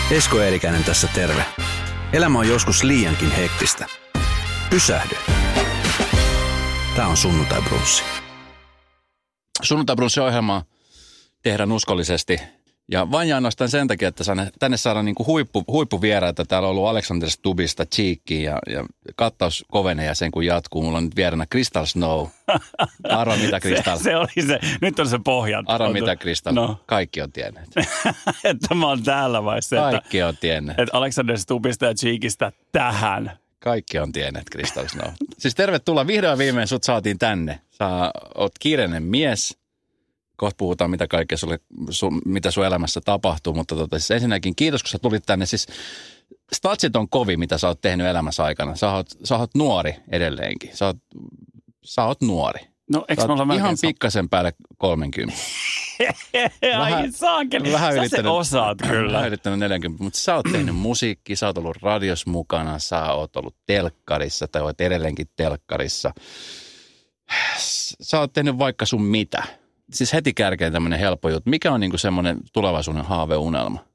Esko Eerikäinen tässä terve. Elämä on joskus liiankin hektistä. Pysähdy. Tää on Sunnuntai Brunssi. Sunnuntai Brunssi-ohjelmaa tehdään uskollisesti. Ja vain ja ainoastaan sen takia, että tänne saadaan niin kuin huippuvieraita. Täällä on ollut Alexander Stubbista Cheekkiin ja kattaus kovenee ja sen kun jatkuu. Mulla on nyt vieränä Crystal Snow. Arva mitä Crystal. se oli se. Nyt on se pohja. Arva mitä Crystal. No. Kaikki on tienneet. Että mä oon täällä vai se, Kaikki on tienneet. Että Alexander Stubbista ja Cheekistä tähän. Kaikki on tienneet Crystal Snow. Siis tervetuloa. Vihdoin viimein sut saatiin tänne. Sä oot kiireinen mies. Kohta puhutaan, mitä kaikkea mitä sun elämässä tapahtuu, mutta siis ensinnäkin kiitos, kun sä tulit tänne. Siis statsit on kovin, mitä sä oot tehnyt elämässä aikana. Sä oot nuori edelleenkin. Sä oot nuori. No, eikö me olla ihan pikkasen päälle 30. Ai saakeli, sä se osaat kyllä. Vähän ylittänyt 40, mutta sä oot tehnyt musiikkia, sä oot ollut radios mukana, sä oot ollut telkkarissa tai oot edelleenkin telkkarissa. Sä oot tehnyt vaikka sun mitä. Siis heti kärkeen tämmöinen helppo juttu. Mikä on niinku semmoinen tulevaisuuden haaveunelma?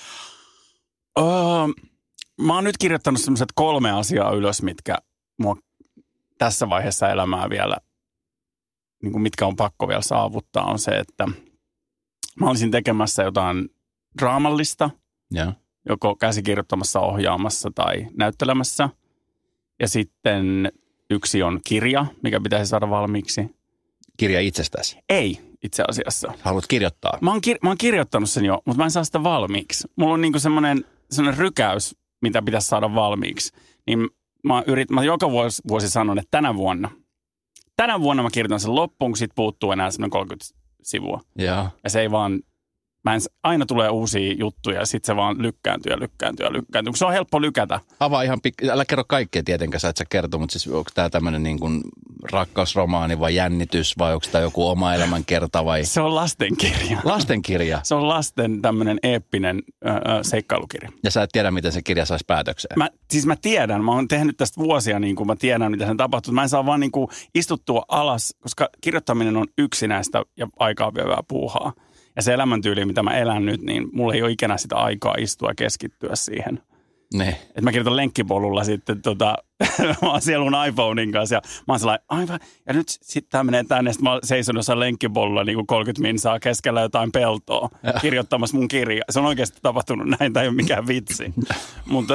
Mä oon nyt kirjoittanut semmoiset 3 asiaa ylös, mitkä mua tässä vaiheessa elämää vielä, niin kuin mitkä on pakko vielä saavuttaa, on se, että mä olisin tekemässä jotain draamallista, joko käsikirjoittamassa, ohjaamassa tai näyttelemässä. Ja sitten yksi on kirja, mikä pitäisi saada valmiiksi. Kirja itsestäsi? Ei, itse asiassa. Haluat kirjoittaa? Mä oon kirjoittanut sen jo, mutta mä en saa sitä valmiiksi. Mulla on niinku semmoinen rykäys, mitä pitäisi saada valmiiksi. Niin mä joka vuosi sanon, että tänä vuonna mä kirjoitan sen loppuun, kun sit puuttuu enää semmoinen 30 sivua. Joo. Ja se ei vaan, aina tulee uusia juttuja ja sit se vaan lykkääntyy. Kun se on helppo lykätä. Avaa ihan älä kerro kaikkea tietenkään, sä et sä kertoa, mutta siis onko tää tämmönen niin kuin rakkausromaani vai jännitys vai onko tää joku oma elämänkerta vai? Se on lastenkirja. Lastenkirja? Se on lasten tämmönen eeppinen seikkailukirja. Ja sä et tiedä, miten se kirja saisi päätökseen? Mä tiedän. Mä oon tehnyt tästä vuosia, niin kuin mä tiedän, mitä sen tapahtuu. Mä en saa vaan niin kuin istuttua alas, koska kirjoittaminen on yksinäistä ja aikaa vievää puuhaa. Ja se elämäntyyli, mitä mä elän nyt, niin mulla ei ole ikinä sitä aikaa istua ja keskittyä siihen. Ne. Että mä kirjoitan lenkkipolulla sitten, mä oon siellä mun iPhonein kanssa ja mä oon sellainen, aivan, ja nyt sitten tää menee tänne, sitten mä seison jossain lenkkipolulla niin kuin 30 minsaa keskellä jotain peltoa kirjoittamassa mun kirjaa. Se on oikeasti tapahtunut näin, tai ei ole mikään vitsi. Mutta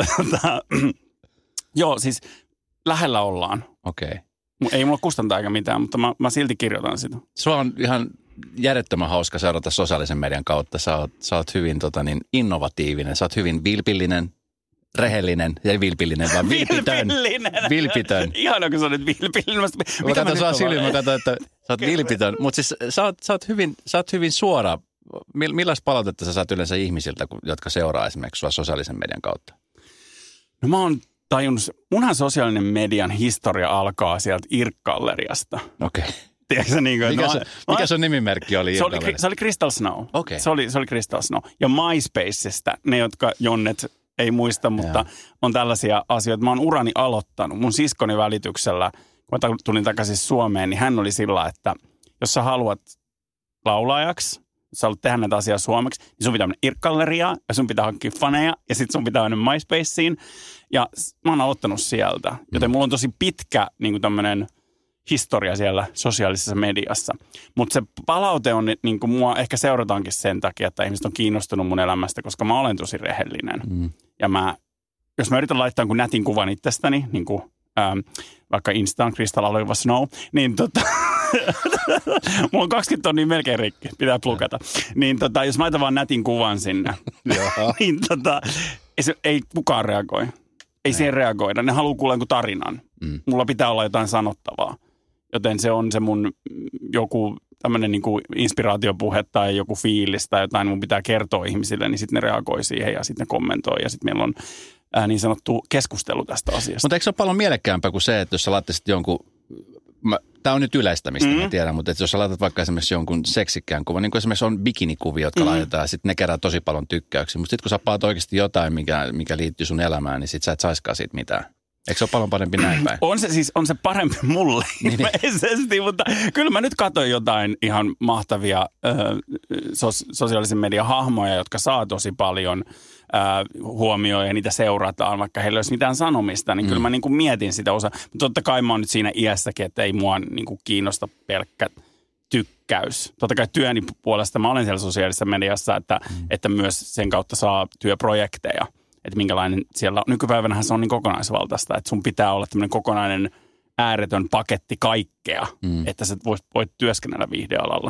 joo, siis lähellä ollaan. Okei. Ei mulla kustantaa eikä mitään, mutta mä silti kirjoitan sitä. Sua on ihan järjettömän hauska seurata sosiaalisen median kautta. Sä oot hyvin innovatiivinen, sä oot hyvin vilpillinen, rehellinen, ei vilpillinen, vaan vilpitön. Vilpitön. Ihana, kun sä olet vilpillinen. Mä katson sua silmiin, mä katson, että sä oot vilpitön. Mutta siis sä oot hyvin suora. Millaista palautetta sä saat yleensä ihmisiltä, jotka seuraa esimerkiksi sua sosiaalisen median kautta? No mä oon tajunnut, munhan sosiaalinen median historia alkaa sieltä IRC-galleriasta. Okei. Tiedätkö niin kuin, mikä sun nimimerkki oli? Se oli Crystal Snow. Okay. Se oli Crystal Snow. Ja MySpaceista, ne jotka Jonnet ei muista, mutta on tällaisia asioita. Mä oon urani aloittanut. Mun siskoni välityksellä, kun mä tulin takaisin Suomeen, niin hän oli sillä, että jos sä haluat laulajaksi, jos sä haluat tehdä näitä asiaa suomeksi, niin sun pitää mennä IRC-galleriaan ja sun pitää hankkia faneja ja sit sun pitää mennä MySpaceen. Ja mä oon aloittanut sieltä, joten mulla on tosi pitkä niin kuin tämmönen historia siellä sosiaalisessa mediassa. Mutta se palaute on, niin kuin mua ehkä seurataankin sen takia, että ihmiset on kiinnostunut mun elämästä, koska mä olen tosi rehellinen. Ja jos mä yritän laittaa jonkun nätin kuvan itsestäni, niin kuin, vaikka Instaan Crystal Oliva Snow, niin mulla on 20 tonnia melkein rikki, pitää plukata. Niin jos mä laitan vaan nätin kuvan sinne, niin ei kukaan reagoi. Ei siihen reagoida. Ne haluaa kuulla jonkun tarinan. Mulla pitää olla jotain sanottavaa. Joten se on se mun joku tämmöinen niin kuin inspiraatiopuhe tai joku fiilis tai jotain mun pitää kertoa ihmisille, niin sitten ne reagoi siihen ja sitten ne kommentoi. Ja sitten meillä on niin sanottu keskustelu tästä asiasta. Mutta eikö se ole paljon mielekkäämpää kuin se, että jos sä laittaisit jonkun, tämä on nyt yleistämistä, mä tiedän, mutta että jos sä laitat vaikka esimerkiksi jonkun seksikkään kuvan, niin kuin esimerkiksi on bikinikuvia, jotka laitetaan, ja sitten ne kerää tosi paljon tykkäyksiä. Mutta sitten kun sä paat oikeasti jotain, mikä liittyy sun elämään, niin sitten sä et saiskaan siitä mitään. Eikö se ole paljon parempi näin päin? On se parempi mulle ilmeisesti, mutta kyllä mä nyt katsoin jotain ihan mahtavia sosiaalisen median hahmoja, jotka saa tosi paljon huomioi ja niitä seurataan, vaikka heillä ei olisi mitään sanomista, niin kyllä mä niin kuin mietin sitä osaa. Mutta totta kai mä oon nyt siinä iässäkin, että ei mua niin kuin kiinnosta pelkkä tykkäys. Totta kai työni puolesta mä olen siellä sosiaalisessa mediassa, että myös sen kautta saa työprojekteja. Että minkälainen siellä on. Nykypäivänähän se on niin kokonaisvaltaista, että sun pitää olla tämmöinen kokonainen ääretön paketti kaikkea, että sä voit työskennellä viihdealalla.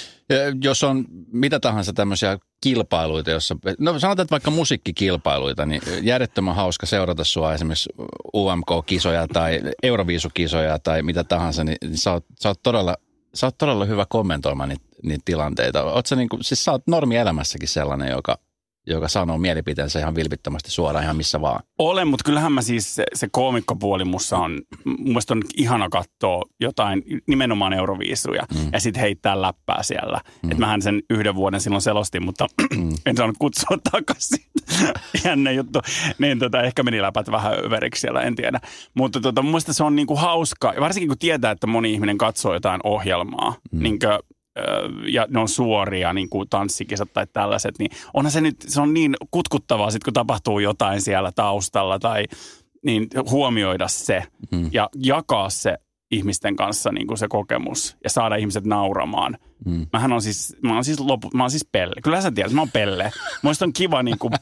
Jos on mitä tahansa tämmöisiä kilpailuita, jossa, no sanotaan, että vaikka musiikkikilpailuita, niin järjettömän hauska seurata sua esimerkiksi UMK-kisoja tai Euroviisukisoja tai mitä tahansa, niin sä oot todella hyvä kommentoimaan niitä tilanteita. Siis sä oot normielämässäkin sellainen, joka sanoo mielipiteensä ihan vilpittömästi suoraan ihan missä vaan. Olen, mutta kyllähän mä siis se koomikkopuoli musta on, mun mielestä on ihana katsoa jotain, nimenomaan Euroviisuja ja sitten heittää läppää siellä. Että mähän sen 1 vuoden silloin selostin, mutta en saanut kutsua takaisin. Jännä juttu. Niin ehkä meni läpät vähän överiksi siellä, en tiedä. Mutta mun mielestä se on niinku hauska, varsinkin kun tietää, että moni ihminen katsoo jotain ohjelmaa, niinkö ja ne on suoria, niin kuin tanssikisat tai tällaiset, niin onhan se nyt, se on niin kutkuttavaa sitten, kun tapahtuu jotain siellä taustalla tai niin huomioida se ja jakaa se ihmisten kanssa niin kuin se kokemus ja saada ihmiset nauramaan. Mä oon siis Pelle. Kyllä sä tiedät, mä oon Pelle. Muista on kiva niin kuin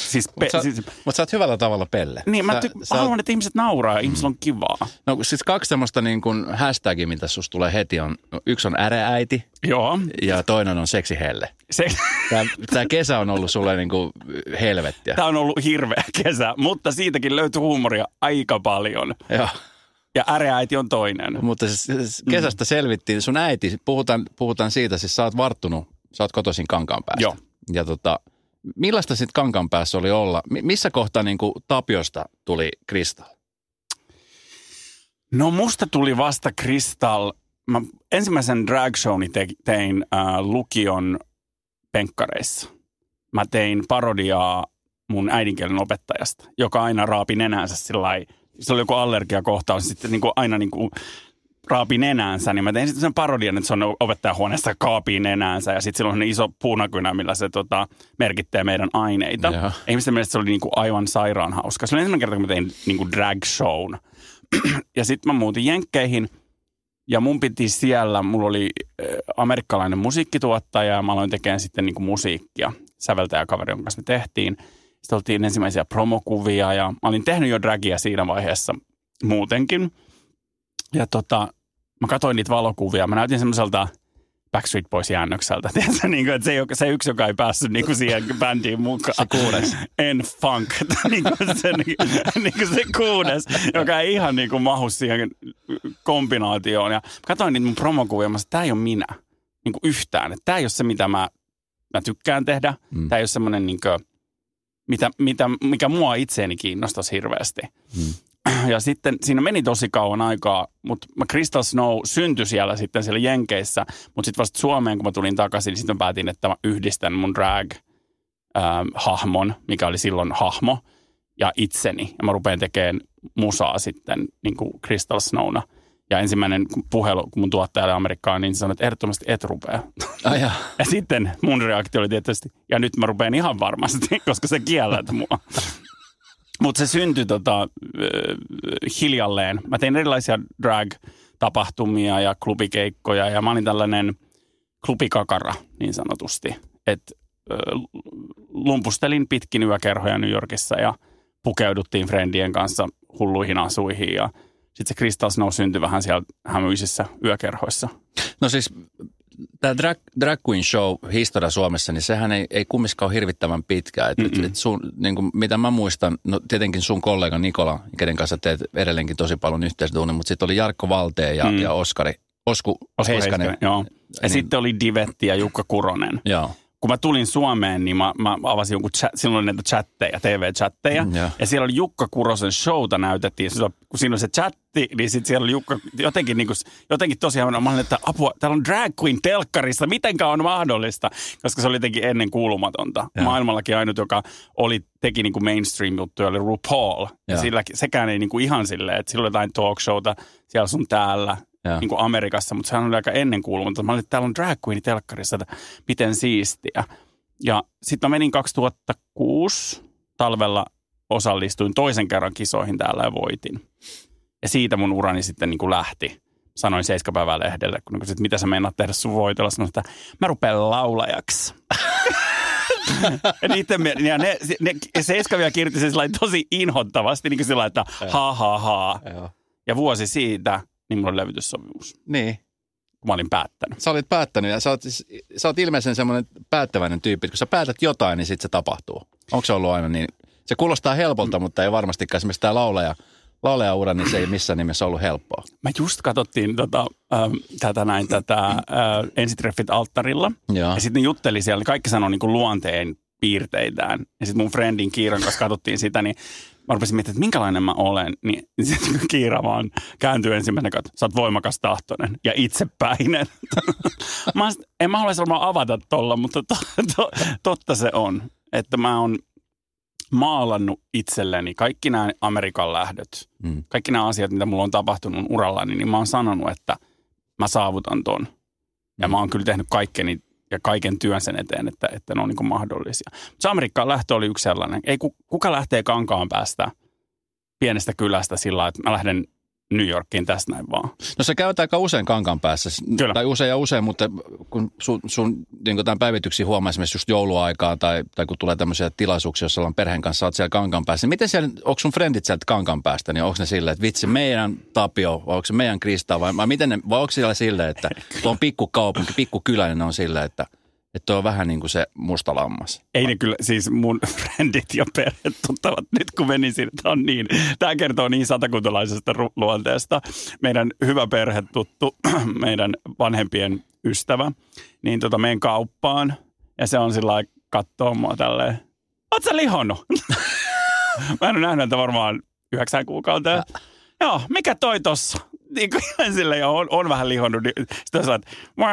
Mutta sä oot hyvällä tavalla Pelle. Niin, mä haluan, että ihmiset nauraa ja ihmisillä on kivaa. No siis 2 semmoista niin kuin hashtagia, mitä susta tulee heti on, yksi on äreäiti. Joo. Ja toinen on seksihelle. Tämä kesä on ollut sulle niin kuin helvettiä. Tämä on ollut hirveä kesä, mutta siitäkin löytyy huumoria aika paljon. Joo. Ja äreäiti on toinen. Mutta siis kesästä selvittiin. Sun äiti, puhutaan siitä, siis sä oot varttunut, sä oot kotoisin Kankaanpäästä. Joo. Ja millaista sitten Kankaanpäässä oli olla? Missä kohtaa niin kuin Tapiosta tuli Kristall? No musta tuli vasta Kristall. Mä ensimmäisen drag showni tein lukion penkkareissa. Mä tein parodiaa mun äidinkielen opettajasta, joka aina raapi nenänsä sillai. Se oli joku allergiakohtaus, sitten niin kuin aina niin kuin raapi nenäänsä, niin mä tein sitten sen parodian, että se on opettajahuoneessa kaapii nenäänsä ja sitten sillä on iso puunakynä, millä se merkittää meidän aineita. Ja ihmisten mielestä se oli niinku aivan sairaan hauska. Se oli ensimmäinen kerta, kun mä tein niinku drag shown. Ja sitten mä muutin Jenkkeihin ja mun piti siellä, mulla oli amerikkalainen musiikkituottaja ja mä aloin tekemään sitten niinku musiikkia. Säveltäjäkaveri, jonka kanssa me tehtiin. Sitten oltiin ensimmäisiä promokuvia ja mä olin tehnyt jo dragia siinä vaiheessa muutenkin. Ja mä katsoin niitä valokuvia. Mä näytin semmoiselta Backstreet Boys-jäännökseltä. Tiedätkö, niin kuin, että se yksi, joka ei päässyt niin kuin siihen bändiin mukaan. Se 6. N-Funk. niin kuin se 6, joka ei ihan niin kuin mahu siihen kombinaatioon. Ja katsoin niitä mun promokuvia. Mä sanoin, että tää ei ole minä niin kuin yhtään. Että tää ei ole se, mitä mä tykkään tehdä. Tää ei ole semmoinen, niin kuin, mikä mua itseäni kiinnostaisi hirveästi. Ja sitten siinä meni tosi kauan aikaa, mutta Crystal Snow syntyi siellä Jenkeissä, mutta sitten vasta Suomeen, kun mä tulin takaisin, niin sitten mä päätin, että mä yhdistän mun drag-hahmon, mikä oli silloin hahmo, ja itseni. Ja mä rupean tekemään musaa sitten niin kuin Crystal Snowna. Ja ensimmäinen puhelu, kun mun tuottaja oli Amerikkaan, niin sanoi, että ehdottomasti et rupea. Ja sitten mun reaktio oli tietysti, ja nyt mä rupean ihan varmasti, koska se kiellät mua. Mutta se syntyi hiljalleen. Mä tein erilaisia drag-tapahtumia ja klubikeikkoja ja mä olin tällainen klubikakara niin sanotusti. Että lumpustelin pitkin yökerhoja New Yorkissa ja pukeuduttiin friendien kanssa hulluihin asuihin ja sitten se Crystal Snow syntyi vähän siellä hämyisissä yökerhoissa. No siis tämä drag queen show historia Suomessa, niin sehän ei kumminkaan ole hirvittävän pitkä. Et niin kuin, mitä mä muistan, no tietenkin sun kollega Nikola, kenen kanssa teet edelleenkin tosi paljon yhteistyötä, mutta sitten oli Jarkko Valteen ja Osku Heiskanen. Joo. Ja sitten oli Divetti ja Jukka Kuronen. Joo. Kun mä tulin Suomeen, niin mä avasin jonkun silloin oli näitä chatteja, TV-chatteja. Ja siellä oli Jukka Kurosen showta näytettiin. Kun siinä oli se chatti, niin sitten siellä oli Jukka jotenkin tosiaan, mä olin, että apua, täällä on drag queen telkkarissa, mitenkään on mahdollista? Koska se oli jotenkin ennen kuulumatonta. Ja maailmallakin ainut, joka teki niin kuin mainstream-juttuja, oli RuPaul. Ja sekään ei niin kuin ihan silleen, että sillä oli jotain talk showta siellä sun täällä. Niin kuin Amerikassa, mutta sehän oli aika ennenkuulumaton. Mä olin, että täällä on drag queen telkkarissa, että miten siistiä. Ja sitten mä menin 2006 talvella, osallistuin toisen kerran kisoihin täällä ja voitin. Ja siitä mun urani sitten niin kuin lähti. Sanoin 7 päivää lehdelle, kun kysyt, mitä sä meinaat tehdä sun voitolla. Sanoin, että mä rupean laulajaksi. ja ne 7 vielä kirjoitti sen tosi inhottavasti, niin kuin sillä että ha. Ja vuosi siitä, niin mulla oli levytyssopimus. Niin. Kun mä olin päättänyt. Sä olit päättänyt ja sä oot ilmeisen semmoinen päättäväinen tyyppi, että kun sä päätät jotain, niin sitten se tapahtuu. Onko se ollut aina niin? Se kuulostaa helpolta, mutta ei varmastikaan esimerkiksi tämä laulajaura, niin se ei missään nimessä ollut helppoa. Mä just katsottiin tätä ensitreffit alttarilla. Ja sitten ne jutteli siellä, kaikki sanoi niin kuin luonteen piirteitään. Ja sitten mun friendin Kiiran kanssa katsottiin sitä, niin mä rupesin miettimään, että minkälainen mä olen. Niin sitten Kiira vaan kääntyy ensimmäisenä, että sä oot voimakas tahtoinen ja itsepäinen. En mä haluaisi varmaan avata tolla, mutta totta se on, että mä oon maalannut itselleni kaikki nämä Amerikan lähdöt, kaikki nämä asiat, mitä mulla on tapahtunut urallani, niin mä oon sanonut, että mä saavutan ton. Ja mä oon kyllä tehnyt kaikkeni ja kaiken työn sen eteen, että ne on niin kuin mahdollisia. Mutta se Amerikkaan lähtö oli yksi sellainen. Ei kuka lähtee Kankaanpäästä pienestä kylästä sillä lailla, että mä lähden New Yorkiin tästä näin vaan. No se käyt aika usein Kankaanpäässä. Kyllä. Tai usein, mutta kun sun niin tämän päivityksiä huomaa esimerkiksi just jouluaikaa tai kun tulee tämmöisiä tilaisuuksia, jos ollaan perheen kanssa, oot siellä Kankaanpäässä. Miten siellä, onko sun frendit sieltä Kankaanpäästä, niin onko ne silleen, että vitsi meidän Tapio, vai onko se meidän Krista, vai onko siellä silleen, että tuo on pikkukaupunki, pikkukyläinen on silleen, että tuo on vähän niin kuin se musta lammas. Ei ne kyllä, siis mun friendit ja perheet tuttavat nyt kun menin sinne, tämä kertoo niin satakuntalaisesta luonteesta. Meidän hyvä perhe tuttu, meidän vanhempien ystävä, niin menen kauppaan ja se on sillä lailla kattoo mua tälleen, oot sä lihonnut? Mä en ole nähnyt häntä varmaan 9 kuukautta. Joo, mikä toi tossa? Niin kuin sille ja on vähän lihonnut. Sitten sä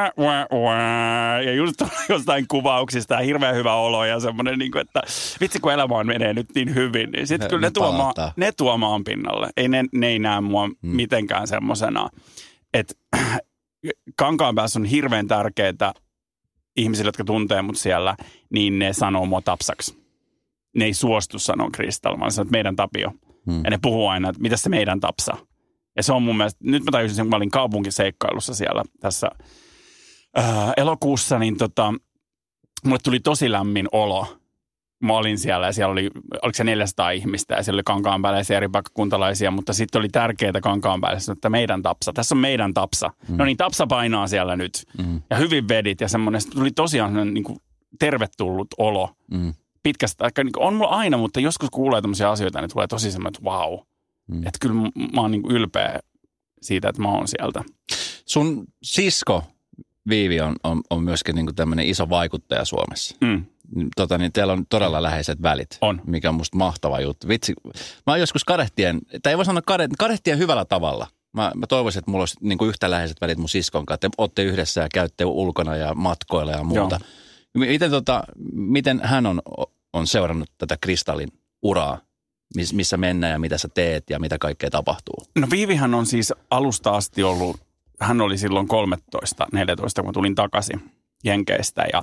ja just jostain kuvauksista ja hirveän hyvä olo ja semmoinen, niin kuin, että vitsi kun elämä menee nyt niin hyvin. Niin sitten kyllä ne tuo maan pinnalle. Ne ei näe mua mitenkään semmosena. Että Kankaanpäässä on hirveän tärkeää ihmisille, jotka tuntee mut siellä, niin ne sanoo mua Tapsaksi. Ne ei suostu sanoa Kristalla, vaan sanoo, että meidän Tapio. Ja ne puhuu aina, että mitä se meidän Tapsa. Ja se on mun mielestä, nyt mä tajusin, kun mä olin kaupunkiseikkailussa siellä tässä elokuussa, niin mulle tuli tosi lämmin olo. Mä olin siellä ja siellä oli, oliko se 400 ihmistä ja siellä oli kankaanpääläisiä eri paikkakuntalaisia, mutta sitten oli tärkeää kankaanpääläisiä, että meidän Tapsa, tässä on meidän Tapsa. No niin, Tapsa painaa siellä nyt. Ja hyvin vedit ja semmoinen, tuli tosiaan niin kuin tervetullut olo. Pitkästä, niin on mulla aina, mutta joskus kuulee tämmöisiä asioita, niin tulee tosi semmoinen, että vau. Että kyllä mä oon niin kuin ylpeä siitä, että mä oon sieltä. Sun sisko Viivi on myöskin niin kuin tämmöinen iso vaikuttaja Suomessa. Niin teillä on todella läheiset välit. On. Mikä on musta mahtava juttu. Vitsi, mä oon joskus tai ei voi sanoa kadehtien hyvällä tavalla. Mä toivoisin, että mulla olisi niin kuin yhtä läheiset välit mun siskon kanssa. Te ootte yhdessä ja käytte ulkona ja matkoilla ja muuta. Joo. Miten hän on seurannut tätä Kristallin uraa? Missä mennään ja mitä sä teet ja mitä kaikkea tapahtuu? No Viivihän on siis alusta asti ollut, hän oli silloin 13-14, kun tulin takaisin Jenkeistä ja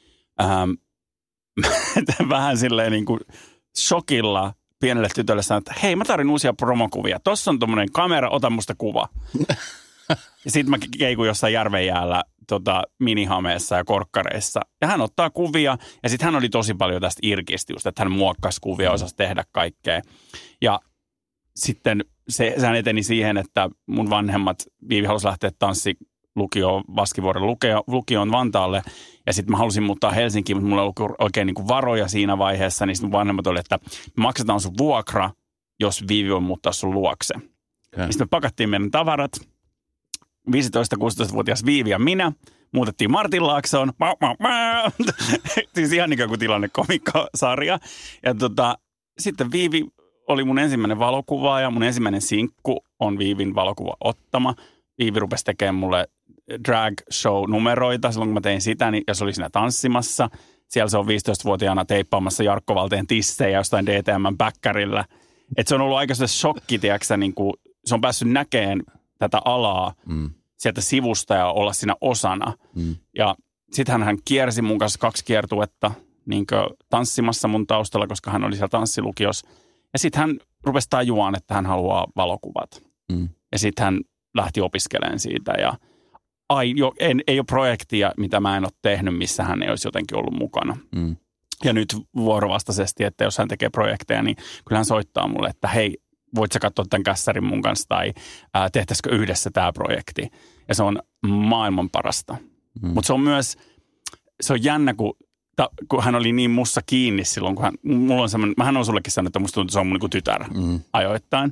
vähän silleen niin kuin shokilla pienelle tytölle sanoin, että hei mä tarvin uusia promokuvia. Tossa on tommonen kamera, ota musta kuva. Ja sit mä keikun jossain järvenjäällä minihameessa ja korkkareissa. Ja hän ottaa kuvia ja sit hän oli tosi paljon tästä irkisti just, että hän muokkasi kuvia, osasi tehdä kaikkea. Ja sitten sehän eteni siihen, että mun vanhemmat, Viivi halusi lähteä tanssilukioon, Vaskivuoren lukioon Vantaalle. Ja sitten mä halusin muuttaa Helsinkiin, mutta mulla ei ollut oikein niin kuin varoja siinä vaiheessa. Niin sitten mun vanhemmat oli, että me maksetaan sun vuokra, jos Viivi voi muuttaa sun luokse. Ja sitten me pakattiin meidän tavarat. 15-16-vuotias Viivi ja minä muutettiin Martinlaaksoon. Siis ihan niin kuin tilannekomikkosarja. Ja sitten Viivi oli mun ensimmäinen valokuva ja mun ensimmäinen sinkku on Viivin valokuva ottama. Viivi rupesi tekemään mulle drag show numeroita silloin, kun mä tein sitä, ja se oli siinä tanssimassa. Siellä se on 15-vuotiaana teippaamassa Jarkko Valteen tissejä jostain DTM-bäkkärillä. Että se on ollut aika se shokki, tiiäksä, niin kuin se on päässyt näkemään tätä alaa sieltä sivusta ja olla siinä osana. Ja sitten hän kiersi mun kanssa 2 kiertuetta niin kuin tanssimassa mun taustalla, koska hän oli siellä tanssilukiossa. Ja sitten hän rupesi tajuaan, että hän haluaa valokuvat. Ja sitten hän lähti opiskelemaan siitä ja ei ole projektia, mitä mä en ole tehnyt, missä hän ei olisi jotenkin ollut mukana. Ja nyt vuorovastaisesti, että jos hän tekee projekteja, niin kyllä hän soittaa mulle, että hei, voit sä katsoa tämän kässärin mun kanssa tai tehtäisikö yhdessä tämä projekti. Ja se on maailman parasta. Mutta se on myös, se on jännä, kun hän oli niin mussa kiinni silloin, kun mulla on semmoinen, mähän on sullekin sanonut, että musta tuntuu, että se on mun niin tytär ajoittain.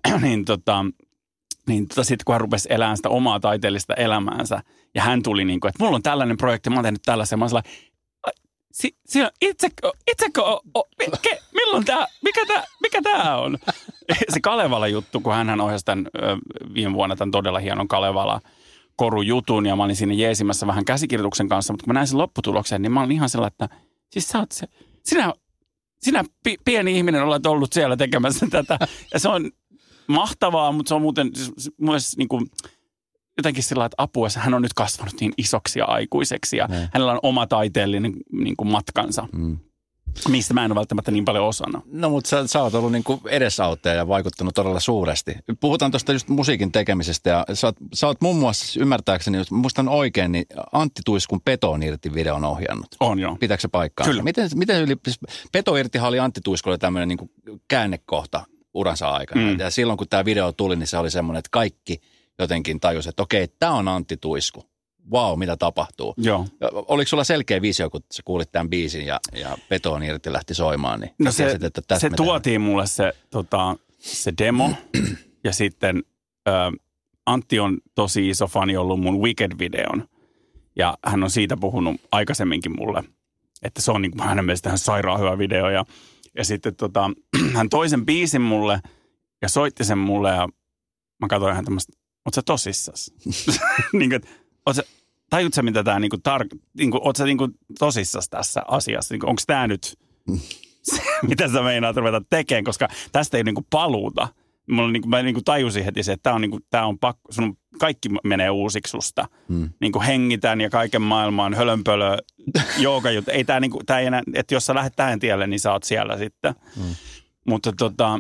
niin sitten kun hän rupesi elämään sitä omaa taiteellista elämäänsä, ja hän tuli niin kuin, että mulla on tällainen projekti, mä oon tehnyt tällaisen, mä oon milloin tää, mikä tää on? Se Kalevala-juttu, kun hän ohjasi tämän viime vuonna tämän todella hienon Kalevala-korujutun, ja mä olin siinä jeesimässä vähän käsikirjoituksen kanssa, mutta kun mä näin sen lopputuloksen, niin mä olin ihan sellainen, että siis sä oot se, sinä pieni ihminen olet ollut siellä tekemässä tätä, ja se on mahtavaa, mutta se on muuten myös niin kuin jotenkin sillä, että apua, hän on nyt kasvanut niin isoksi ja aikuiseksi ja hänellä on oma taiteellinen niin kuin matkansa, mistä mä en ole välttämättä niin paljon osana. No, mutta sä oot ollut niin kuin edesauttaja ja vaikuttanut todella suuresti. Puhutaan tuosta just musiikin tekemisestä ja sä oot muun muassa, ymmärtääkseni, jos muistan oikein, niin Antti Tuiskun Peto irti videon ohjannut. On joo. Pitääkö se paikkaa? Kyllä. Miten Peto irtihan oli Antti Tuiskulle tämmöinen niin kuin käännekohta uransa aikana. Ja silloin kun tämä video tuli, niin se oli semmoinen, että kaikki jotenkin tajusi, että okei, tämä on Antti Tuisku. Vau, mitä tapahtuu. Joo. Oliko sulla selkeä visio, kun sä kuulit tämän biisin ja Petoon irti lähti soimaan? Niin no se tuotiin mulle se demo ja sitten Antti on tosi iso fani ollut mun Wicked-videon ja hän on siitä puhunut aikaisemminkin mulle, että se on niin kuin hänen mielestään sairaan hyvä video ja sitten hän toi sen biisin mulle ja soitti sen mulle ja mä katsoin ihan tämmöistä, oot sä tosissas? niin kuin, tajut sä mitä tää oot sä tosissas tässä asiassa? Niin onko tää nyt se, mitä sä meinaat ruveta tekemään? Koska tästä ei paluuta. Mä tajusin heti se, että tää on pakko, sun kaikki menee uusiksi susta. Niin kuin hengitän ja kaiken maailmaan hölönpölö, joogajut. Ei tää ei enää, että jos sä lähdet tähän tielle, niin sä oot siellä sitten. Mutta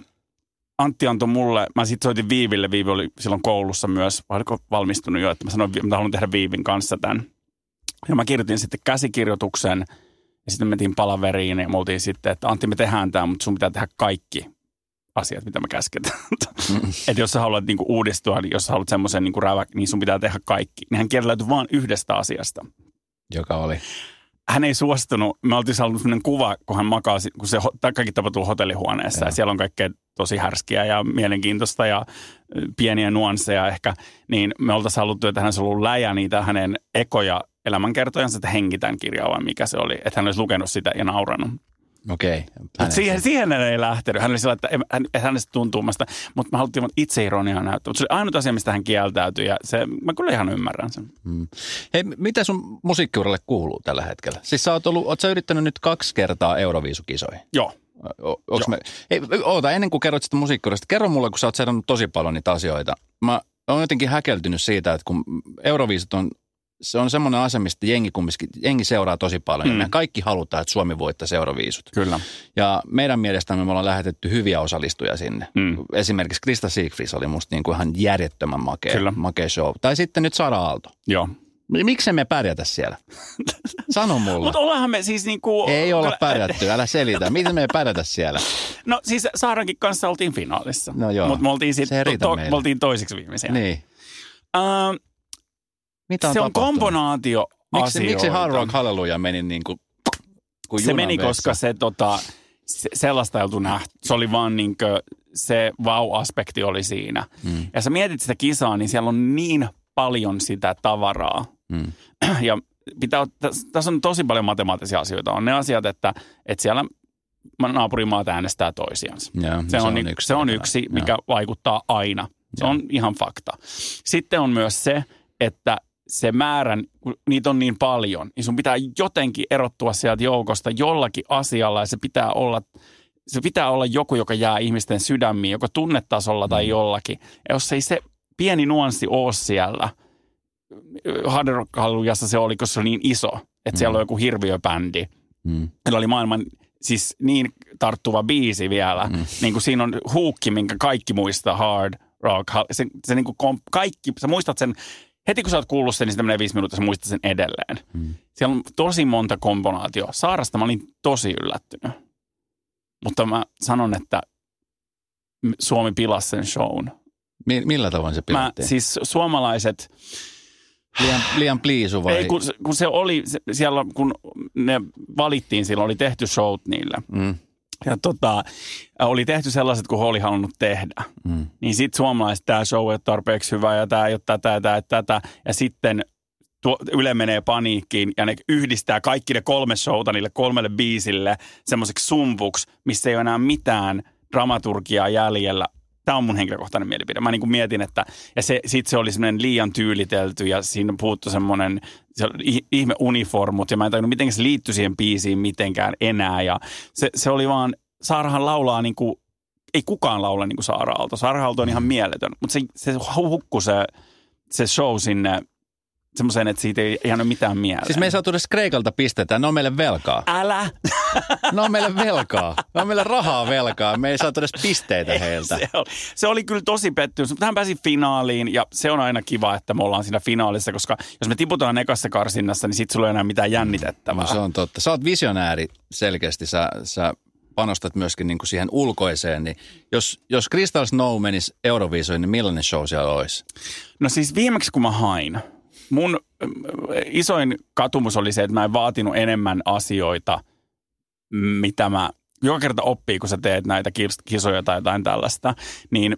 Antti antoi mulle, mä sitten soitin Viiville, Viivi oli silloin koulussa myös, vai oliko valmistunut jo, että mä sanoin, että mä haluan tehdä Viivin kanssa tämän. Ja mä kirjoitin sitten käsikirjoituksen, ja sitten mentiin palaveriin, ja me oltiin sitten, että Antti, me tehdään tämä, mutta sun pitää tehdä kaikki asiat, mitä me käsketään. Että jos sä haluat uudistua, niin jos sä haluat semmoisen niin sun pitää tehdä kaikki. Niin hän kieltäytyi vaan yhdestä asiasta. Joka oli? Hän ei suostunut. Me oltiin saanut sellainen kuva, kun hän makaa, kun se kaikki tapahtuu hotellihuoneessa. Ja siellä on kaikkea tosi härskiä ja mielenkiintoista ja pieniä nuansseja ehkä. Niin me oltaisiin haluttu, että hän olisi ollut läjä niitä hänen ekoja elämänkertojansa, että hengitän kirjaa vai mikä se oli. Että hän olisi lukenut sitä ja nauranut. Okei. Siihen hän ei lähtenyt. Hän oli sillä, että hänestä tuntuu masta, mutta me haluttiin itseironiaa näyttää. Mutta se oli ainut asia, mistä hän kieltäytyi ja mä kyllä ihan ymmärrän sen. Hei, mitä sun musiikkiuralle kuuluu tällä hetkellä? Siis oot sä yrittänyt nyt 2 kertaa Euroviisukisoihin? Joo. Ennen kuin kerrot sitä musiikkiurasta, kerro mulle, kun sä oot seurannut tosi paljon niitä asioita. Mä oon jotenkin häkeltynyt siitä, että kun Euroviisut se on semmoinen asia, mistä jengi seuraa tosi paljon. Ja me kaikki halutaan, että Suomi voittaisi Euroviisut. Kyllä. Ja meidän mielestämme me ollaan lähetetty hyviä osallistujia sinne. Esimerkiksi Krista Siegfries oli musta niin kuin ihan järjettömän makea show. Tai sitten nyt Sara Aalto. Joo. Miksi me pärjätä siellä? Sano mulle. Mutta ollaanhan me siis Ei olla pärjätty, älä selitä. Miten me ei pärjätä siellä? No siis Saarankin kanssa oltiin finaalissa. No joo. Mutta me oltiin me oltiin toisiksi viimeisiä. Niin. Se on komponaatio asioita. Miksi Hard Rock Hallelujah meni niin kuin se meni, koska se sellaista ei oltu nähty. Se oli vaan niin kuin, se vau-aspekti oli siinä. Ja sä mietit sitä kisaa, niin siellä on niin paljon sitä tavaraa. Ja tässä on tosi paljon matemaattisia asioita. On ne asiat, että siellä naapurimaat äänestää toisiansa. Se on yksi, mikä vaikuttaa aina. Se on ihan fakta. Sitten on myös se, että se määrän, kun niitä on niin paljon, niin sun pitää jotenkin erottua sieltä joukosta jollakin asialla ja se pitää olla joku, joka jää ihmisten sydämiin, joko tunnetasolla tai jollakin. Ja jos ei se pieni nuanssi ole siellä, Hard Rock Hallelujahssa se oli, koska se oli niin iso, että siellä on joku hirviöbändi Sillä oli maailman siis niin tarttuva biisi vielä. Niin kuin siinä on huukki, minkä kaikki muistaa, Hard Rock. Se niin kuin kaikki, sä muistat sen, heti kun sä oot kuullut sen, niin sitä menee 5 minuuttia, sä muistat sen edelleen. Siellä on tosi monta komponaatioa. Saarasta mä olin tosi yllättynyt. Mutta mä sanon, että Suomi pilasi sen shown. Millä tavoin se pilattiin? Siis suomalaiset... Liian pliisu vai? Ei, kun se oli siellä, kun ne valittiin, silloin oli tehty showt niille. Ja oli tehty sellaiset, kun he oli halunnut tehdä. Niin sitten suomalaiset, tämä show ei ole tarpeeksi hyvä ja tämä ei ole tätä. Ja sitten Yle menee paniikkiin ja ne yhdistää kaikki ne 3 showta niille 3 biisille semmoiseksi sumpuksi, missä ei ole enää mitään dramaturgiaa jäljellä. Tämä on mun henkilökohtainen mielipide. Mä niin kuin mietin, että ja sitten se oli semmoinen liian tyylitelty ja siinä puuttui semmoinen ihme uniformut ja mä en tajunnut, miten se liittyi siihen biisiin mitenkään enää. Ja se oli vaan, Saarahan laulaa niin kuin, ei kukaan laula niin kuin Saara Aalto. Saara Aalto on ihan mieletön, mutta se hukkui se show sinne semmoiseen, että siitä ei ole mitään mieleen. Siis me ei saatu edes Kreikalta pistetä, ne on meille velkaa. Älä! Ne on meille velkaa. Ne on meille rahaa velkaa. Me ei saatu edes pisteitä heiltä. Se oli kyllä tosi pettynyt, mutta hän pääsi finaaliin ja se on aina kiva, että me ollaan siinä finaalissa, koska jos me tiputaan ekassa karsinnassa, niin sit sulla ei enää mitään jännitettävää. No, se on totta. Sä oot visionääri selkeästi. Sä panostat myöskin niin kuin siihen ulkoiseen. Niin jos Crystal Snow menisi Euroviisoihin, niin millainen show siellä olisi? No siis viimeksi kun mä hain, mun isoin katumus oli se, että mä en vaatinut enemmän asioita, mitä mä joka kerta oppii, kun sä teet näitä kisoja tai jotain tällaista, niin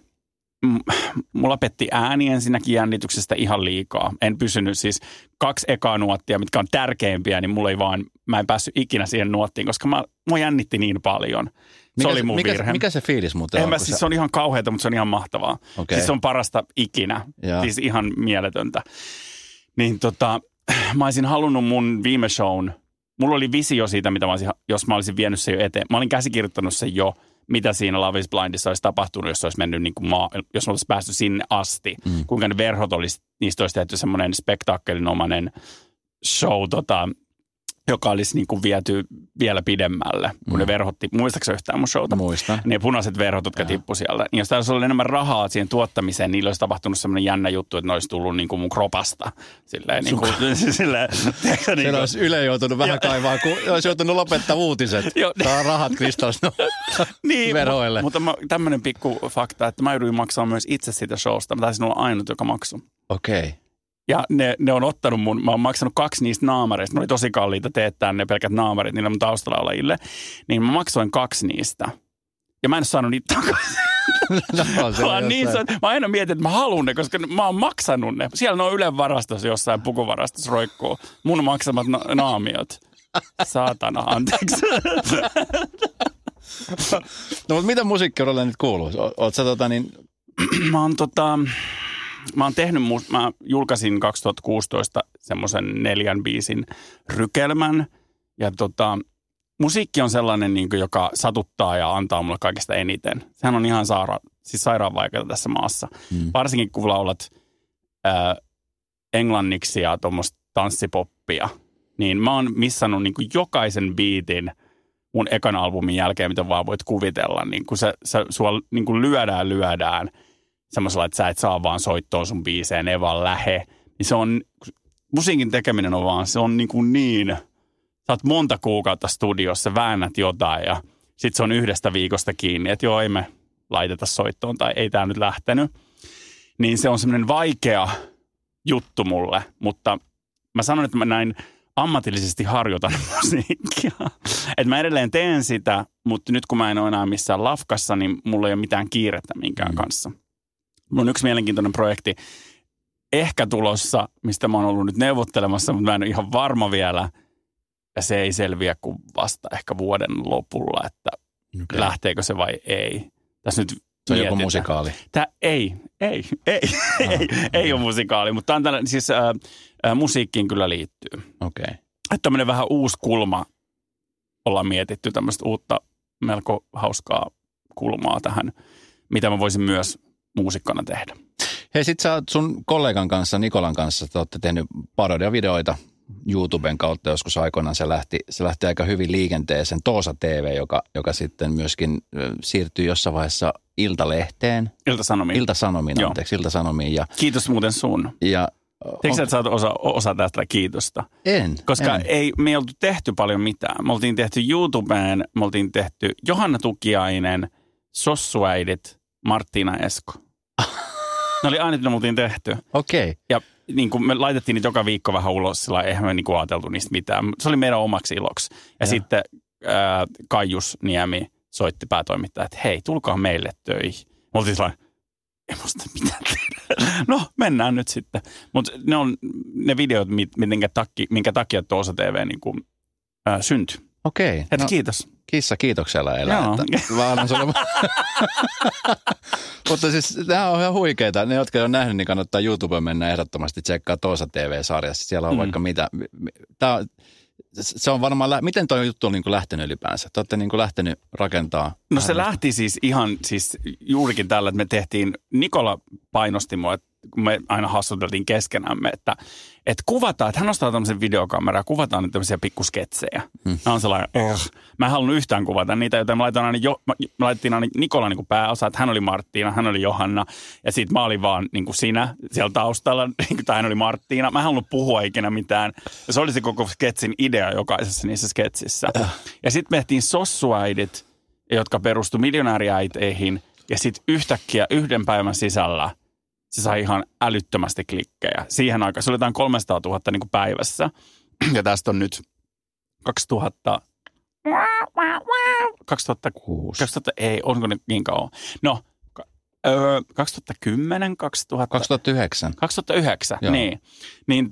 mulla petti ääni ensinnäkin jännityksestä ihan liikaa. En pysynyt siis 2 ekaa nuottia, mitkä on tärkeimpiä, niin mä en päässyt ikinä siihen nuottiin, koska mua jännitti niin paljon. Se oli mun virhe. Mikä se fiilis muuten on? Siis se on ihan kauheata, mutta se on ihan mahtavaa. Okay. Siis se on parasta ikinä. Ja. Siis ihan mieletöntä. Niin mä olisin halunnut mun viime shown, mulla oli visio siitä, mitä jos mä olisin vienyt se jo eteen. Mä olin käsikirjoittanut sen jo, mitä siinä Love is Blindissa olisi tapahtunut, jos olisi mennyt niin kuin jos olisi päästy sinne asti. Kuinka ne verhot niistä olisi tehty semmoinen spektaakkelinomainen show, joka olisi niin kuin viety vielä pidemmälle, kun ne verhotti. Muistatko yhtään mun showta? Muistan. Ne punaiset verhot, jotka tippu siellä. Niin jos täällä olisi ollut enemmän rahaa siihen tuottamiseen, niillä olisi tapahtunut semmoinen jännä juttu, että ne olisi tullut niin kuin mun kropasta. Silleen niin kuin, siellä olisi Yle joutunut vähän kaivaa, kun olisi joutunut lopettaa uutiset. Tämä on rahat Crystal Snow veroille. Mutta tämmöinen pikku fakta, että mä jouduin maksaa myös itse siitä showsta. Mä taisin olla ainut, joka maksoi. Okei. Okay. Ja ne on ottanut mä oon maksanut 2 niistä naamareista. Ne oli tosi kalliita teettää ne pelkät naamarit niille mun taustalaulajille. Niin mä maksoin 2 niistä. Ja mä en ole saanut niitä takaisin. Mä aina mietin, että mä haluun ne, koska mä oon maksanut ne. Siellä ne on Ylen varastossa jossain pukuvarastossa roikkuu. Mun maksamat naamiot. Saatana, anteeksi. No mutta mitä musiikkiuralle nyt kuuluu? Oot sä Mä julkaisin 2016 semmoisen 4 biisin rykelmän. Ja musiikki on sellainen, niin kuin, joka satuttaa ja antaa mulle kaikista eniten. Sehän on ihan sairaan vaikeaa tässä maassa. Varsinkin kun laulat englanniksi ja tuommoista tanssipoppia. Niin mä oon missannut niin kuin jokaisen biitin mun ekan albumin jälkeen, mitä vaan voit kuvitella. Niin kun sua niin kuin lyödään semmoisella, että sä et saa vaan soittoon sun biiseen, ne vaan lähe. Niin se on, musiikin tekeminen on vaan, se on niin, sä oot monta kuukautta studiossa, väännät jotain ja sit se on 1 viikosta kiinni, että joo, ei me laiteta soittoon tai ei tää nyt lähtenyt. Niin se on semmoinen vaikea juttu mulle, mutta mä sanon, että mä näin ammatillisesti harjoitan musiikkia. Että mä edelleen teen sitä, mutta nyt kun mä en ole enää missään lafkassa, niin mulla ei ole mitään kiirettä minkään kanssa. Mulla on yksi mielenkiintoinen projekti ehkä tulossa, mistä mä oon ollut nyt neuvottelemassa, mutta mä en ole ihan varma vielä. Ja se ei selviä kuin vasta ehkä vuoden lopulla, että lähteekö se vai ei. Tässä nyt se on joku musikaali. Ei ole musikaali, mutta tämä on tällainen, siis musiikkiin kyllä liittyy. Okei. Että tämmöinen vähän uusi kulma, ollaan mietitty tämmöistä uutta, melko hauskaa kulmaa tähän, mitä mä voisin myös muusikkona tehdä. Hei, sit sä oot sun kollegan kanssa, Nikolan kanssa, te ootte tehnyt parodiavideoita YouTuben kautta joskus aikoinaan se lähti aika hyvin liikenteeseen. Toosa TV, joka sitten myöskin siirtyi jossain vaiheessa Iltalehteen. Ilta-Sanomiin. Ja, kiitos muuten sun. Tiedätkö, että sä oot osa tästä kiitosta? Koska me ei oltu tehty paljon mitään. Me oltiin tehty YouTubeen, me oltiin tehty Johanna Tukiainen, Sossuäidit, Marttiina Esko. Ne oli aina, mitä me oltiin tehty. Okei. Ja niin kuin me laitettiin niitä joka viikko vähän ulos, sillä eihän me niin kuin ajateltu niistä mitään. Se oli meidän omaksi iloksi. Ja sitten Kaijus Niemi soitti päätoimittaja, että hei, tulkaa meille töihin. Me oltiin sellainen, ei musta mitään tehdä. No, mennään nyt sitten. Mutta ne on ne videot, minkä takia Toosa TV niin kuin, syntyi. Okei. Että kiitos. Kissa kiitoksella elää. Mutta siis nämä on ihan huikeita. Ne, jotka on nähnyt, niin kannattaa YouTubeen mennä ehdottomasti tsekkaa Toosa TV-sarjassa. Siellä on vaikka mitä. Se on varmaan, miten tuo juttu on niin kuin lähtenyt ylipäänsä? Te olette niin kuin lähtenyt rakentaa. No se lähti siis ihan juurikin tällä, että me tehtiin, Nikola painosti mua, kun me aina hassuteltiin keskenämme, että kuvataan, että hän ostaa tämmöisen videokameran ja kuvataan nyt tämmöisiä pikkusketsejä. Mä on sellainen, mä en halunnut yhtään kuvata niitä, joten me laitettiin aina Nikola niin kuin pääosa, että hän oli Marttiina, hän oli Johanna ja sitten mä olin vaan niin kuin sinä siellä taustalla, tai hän oli Marttiina. Mä en halunnut puhua ikinä mitään. Ja se oli se koko sketsin idea jokaisessa niissä sketsissä. Ja sitten me tehtiin Sossuäidit, jotka perustu miljonääriäiteihin ja sitten yhtäkkiä yhden päivän sisällä se sai ihan älyttömästi klikkejä. Siihen aikaan se oli jotain 300 000 niin kuin päivässä. Ja tästä on nyt 2006. Ei, onko nyt niin kauan? No, 2010, 2009. 2009, niin. Niin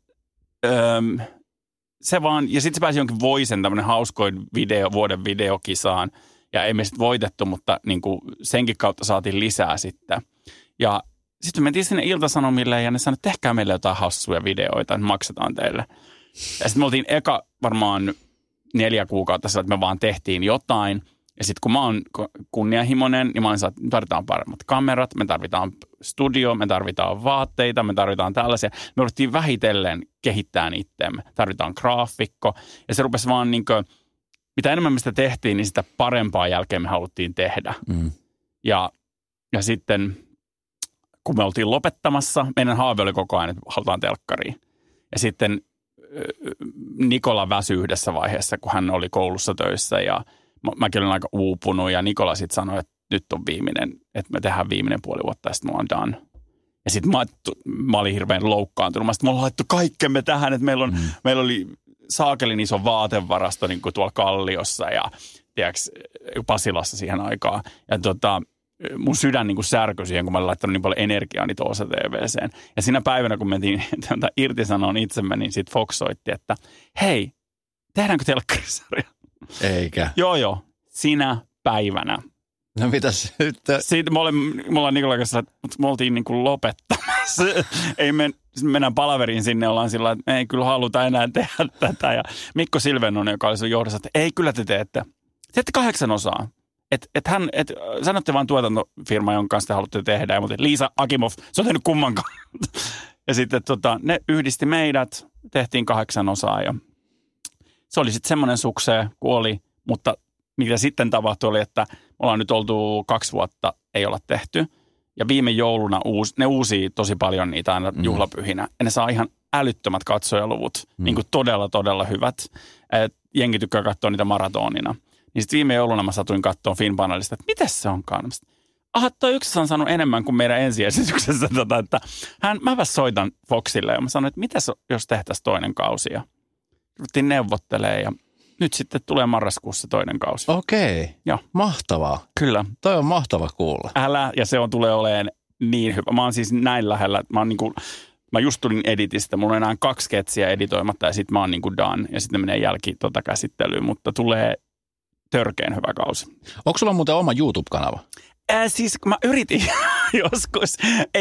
se vaan, ja sitten se pääsi jonkin Voicen tämmöinen hauskoin vuoden videokisaan. Ja ei me sitten voitettu, mutta niin kuin senkin kautta saatiin lisää sitten. Ja sitten me mentiin sinne Ilta-Sanomille ja ne sanoivat, että tehkää meille jotain hassuja videoita, että maksetaan teille. Ja sitten me oltiin varmaan 4 kuukautta sillä, että me vaan tehtiin jotain. Ja sitten kun mä oon kunnianhimoinen, niin mä oon että me tarvitaan paremmat kamerat, me tarvitaan studio, me tarvitaan vaatteita, me tarvitaan tällaisia. Me ruvettiin vähitellen kehittämään itseämme. Tarvitaan graafikko. Ja se rupesi vaan niin kuin, mitä enemmän me sitä tehtiin, niin sitä parempaa jälkeen me haluttiin tehdä. Ja sitten kun me oltiin lopettamassa, meidän haave oli koko ajan, että halutaan telkkariin. Ja sitten Nikola väsyi yhdessä vaiheessa, kun hän oli koulussa töissä ja mäkin olin aika uupunut ja Nikola sitten sanoi, että nyt on viimeinen, että me tehdään viimeinen puoli vuotta ja sitten mä oon done. Ja sitten mä olin hirveän loukkaantunut. Mä sitten me ollaan laittu kaikkemme tähän, että meillä oli saakelin iso vaatevarasto niin kuin tuolla Kalliossa ja tiedätkö, Pasilassa siihen aikaan. Ja mun sydän niin kuin särkyi siihen, kun mä olin laittanut niin paljon energiaa niin Toosa TV:seen. Ja siinä päivänä, kun mentiin irtisanoon itsemme, niin sitten Fox soitti, että hei, tehdäänkö telkkarisarja? Eikä. Joo, sinä päivänä. No mitäs nyt? Sitten me ollaan Nikola kanssa, että me oltiin niin kuin lopettamassa. Ei mennään palaveriin sinne, ollaan sillä että ei kyllä haluta enää tehdä tätä. Ja Mikko Silvennonen, joka oli sun johdossa, että ei kyllä te teette 8 osaa. Sanotte vaan tuotantofirma, jonka kanssa te haluatte tehdä. Ja mutta Liisa Akimov, se on tehnyt kummankaan. Ja sitten ne yhdisti meidät, tehtiin 8 osaa. Ja se oli sitten semmoinen suksee, kun oli. Mutta mitä sitten tapahtui oli, että me ollaan nyt oltu 2 vuotta, ei olla tehty. Ja viime jouluna ne uusii tosi paljon niitä aina juhlapyhinä. Ja ne saa ihan älyttömät katsojaluvut, niin kuin todella, todella hyvät. Jengi tykkää katsoa niitä maratonina. Niin sitten viime jouluna mä satuin katsoa Finnpanelista, että miten se onkaan. Toi yksi on saanut enemmän kuin meidän ensiesityksessä. Että mä soitan Foxille ja mä sanoin, että mitäs jos tehtäisiin toinen kausi. Ja ruvettiin neuvottelemaan ja nyt sitten tulee marraskuussa toinen kausi. Okei. Joo. Mahtavaa. Kyllä. Toi on mahtava kuulla. Ja se tulee olemaan niin hyvä. Mä oon siis näin lähellä, että mä just tulin editistä. Mulla on enää 2 sketsiä editoimatta ja sit mä oon niin kuin done. Ja sitten menee jälki käsittelyyn, mutta tulee törkeen hyvä kausi. Onko sulla muuten oma YouTube-kanava? Siis mä yritin joskus.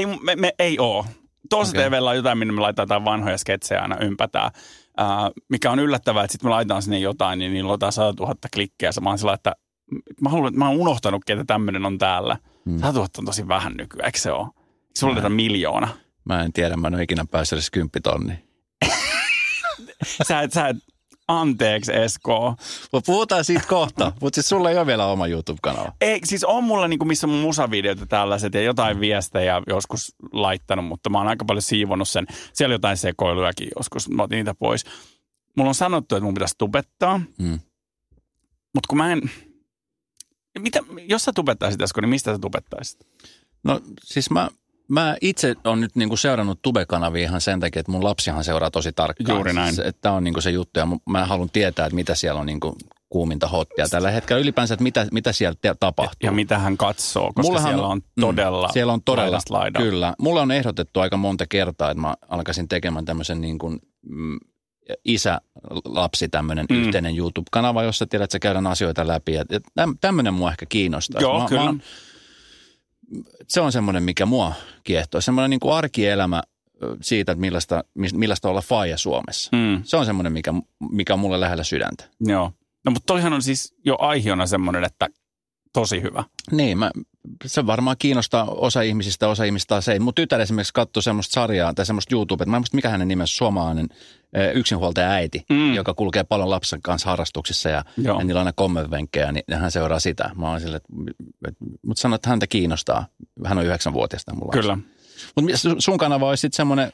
Ei oo. Toosa TV:llä on jotain, minne me laitetaan jotain vanhoja sketsejä aina ympätään. Mikä on yllättävää, että sitten me laitetaan sinne jotain, niin niillä on 100 000 klikkiä. Mä oon sillä, että mä oon unohtanutkin, että tämmöinen on täällä. 100 000 on tosi vähän nykyään, eikö se ole? Eikö sulla ole 1 miljoona? Mä en tiedä, mä en ole ikinä päässyt edes 10 000. Sä et, anteeksi Esko. Puhutaan siitä kohta, mutta siis sulla ei ole vielä oma YouTube-kanava. Ei, siis on mulla niinku, missä on mun musavideot ja tällaiset ja jotain viestejä joskus laittanut, mutta mä oon aika paljon siivonnut sen. Siellä jotain sekoilujakin joskus, mä otin niitä pois. Mulla on sanottu, että mun pitäisi tubettaa, mutta kun mä en... jos sä tubettaisit, Esko, niin mistä sä tubettaisit? No siis mä itse on nyt niinku seurannut tubekanavia ihan sen takia, että mun lapsihan seuraa tosi tarkkaan. Juuri näin. Siis, että on niinku se juttu ja mä haluan tietää, että mitä siellä on niinku kuuminta hottia tällä hetkellä. Ylipäänsä, että mitä siellä tapahtuu. Ja mitä hän katsoo, koska siellä on todella laidasta. Kyllä. Mulla on ehdotettu aika monta kertaa, että mä alkaisin tekemään tämmöisen niin kuin isä-lapsi tämmöinen yhteinen YouTube-kanava, jossa tiedät, että sä käydään asioita läpi. Ja tämmöinen mua ehkä kiinnostaa. Joo, kyllä. Se on semmoinen, mikä mua kiehtoo. Semmoinen niin kuin arkielämä siitä, että millaista olla faija Suomessa. Se on semmoinen, mikä on mulle lähellä sydäntä. Joo. No mutta toihan on siis jo aihiona semmoinen, että tosi hyvä. Niin, se varmaan kiinnostaa osa ihmisistä taas ei. Mun tytär esimerkiksi katsoi semmoista sarjaa tai semmoista YouTubea, mä en muista mikä hänen nimensä, suomalainen yksinhuoltaja äiti, joka kulkee paljon lapsen kanssa harrastuksissa ja niillä on aina kommenvenkkejä, niin hän seuraa sitä. Mä oon silleen, mutta sanoin, että häntä kiinnostaa. Hän on 9-vuotias mulla. Kyllä. Mutta sun kanava olisi sitten semmoinen...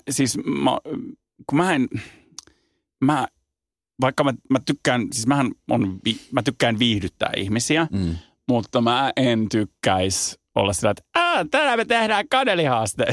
Vaikka mä tykkään, siis mä tykkään viihdyttää ihmisiä, mutta mä en tykkäisi olla sillä, että tänään me tehdään kadelihaaste.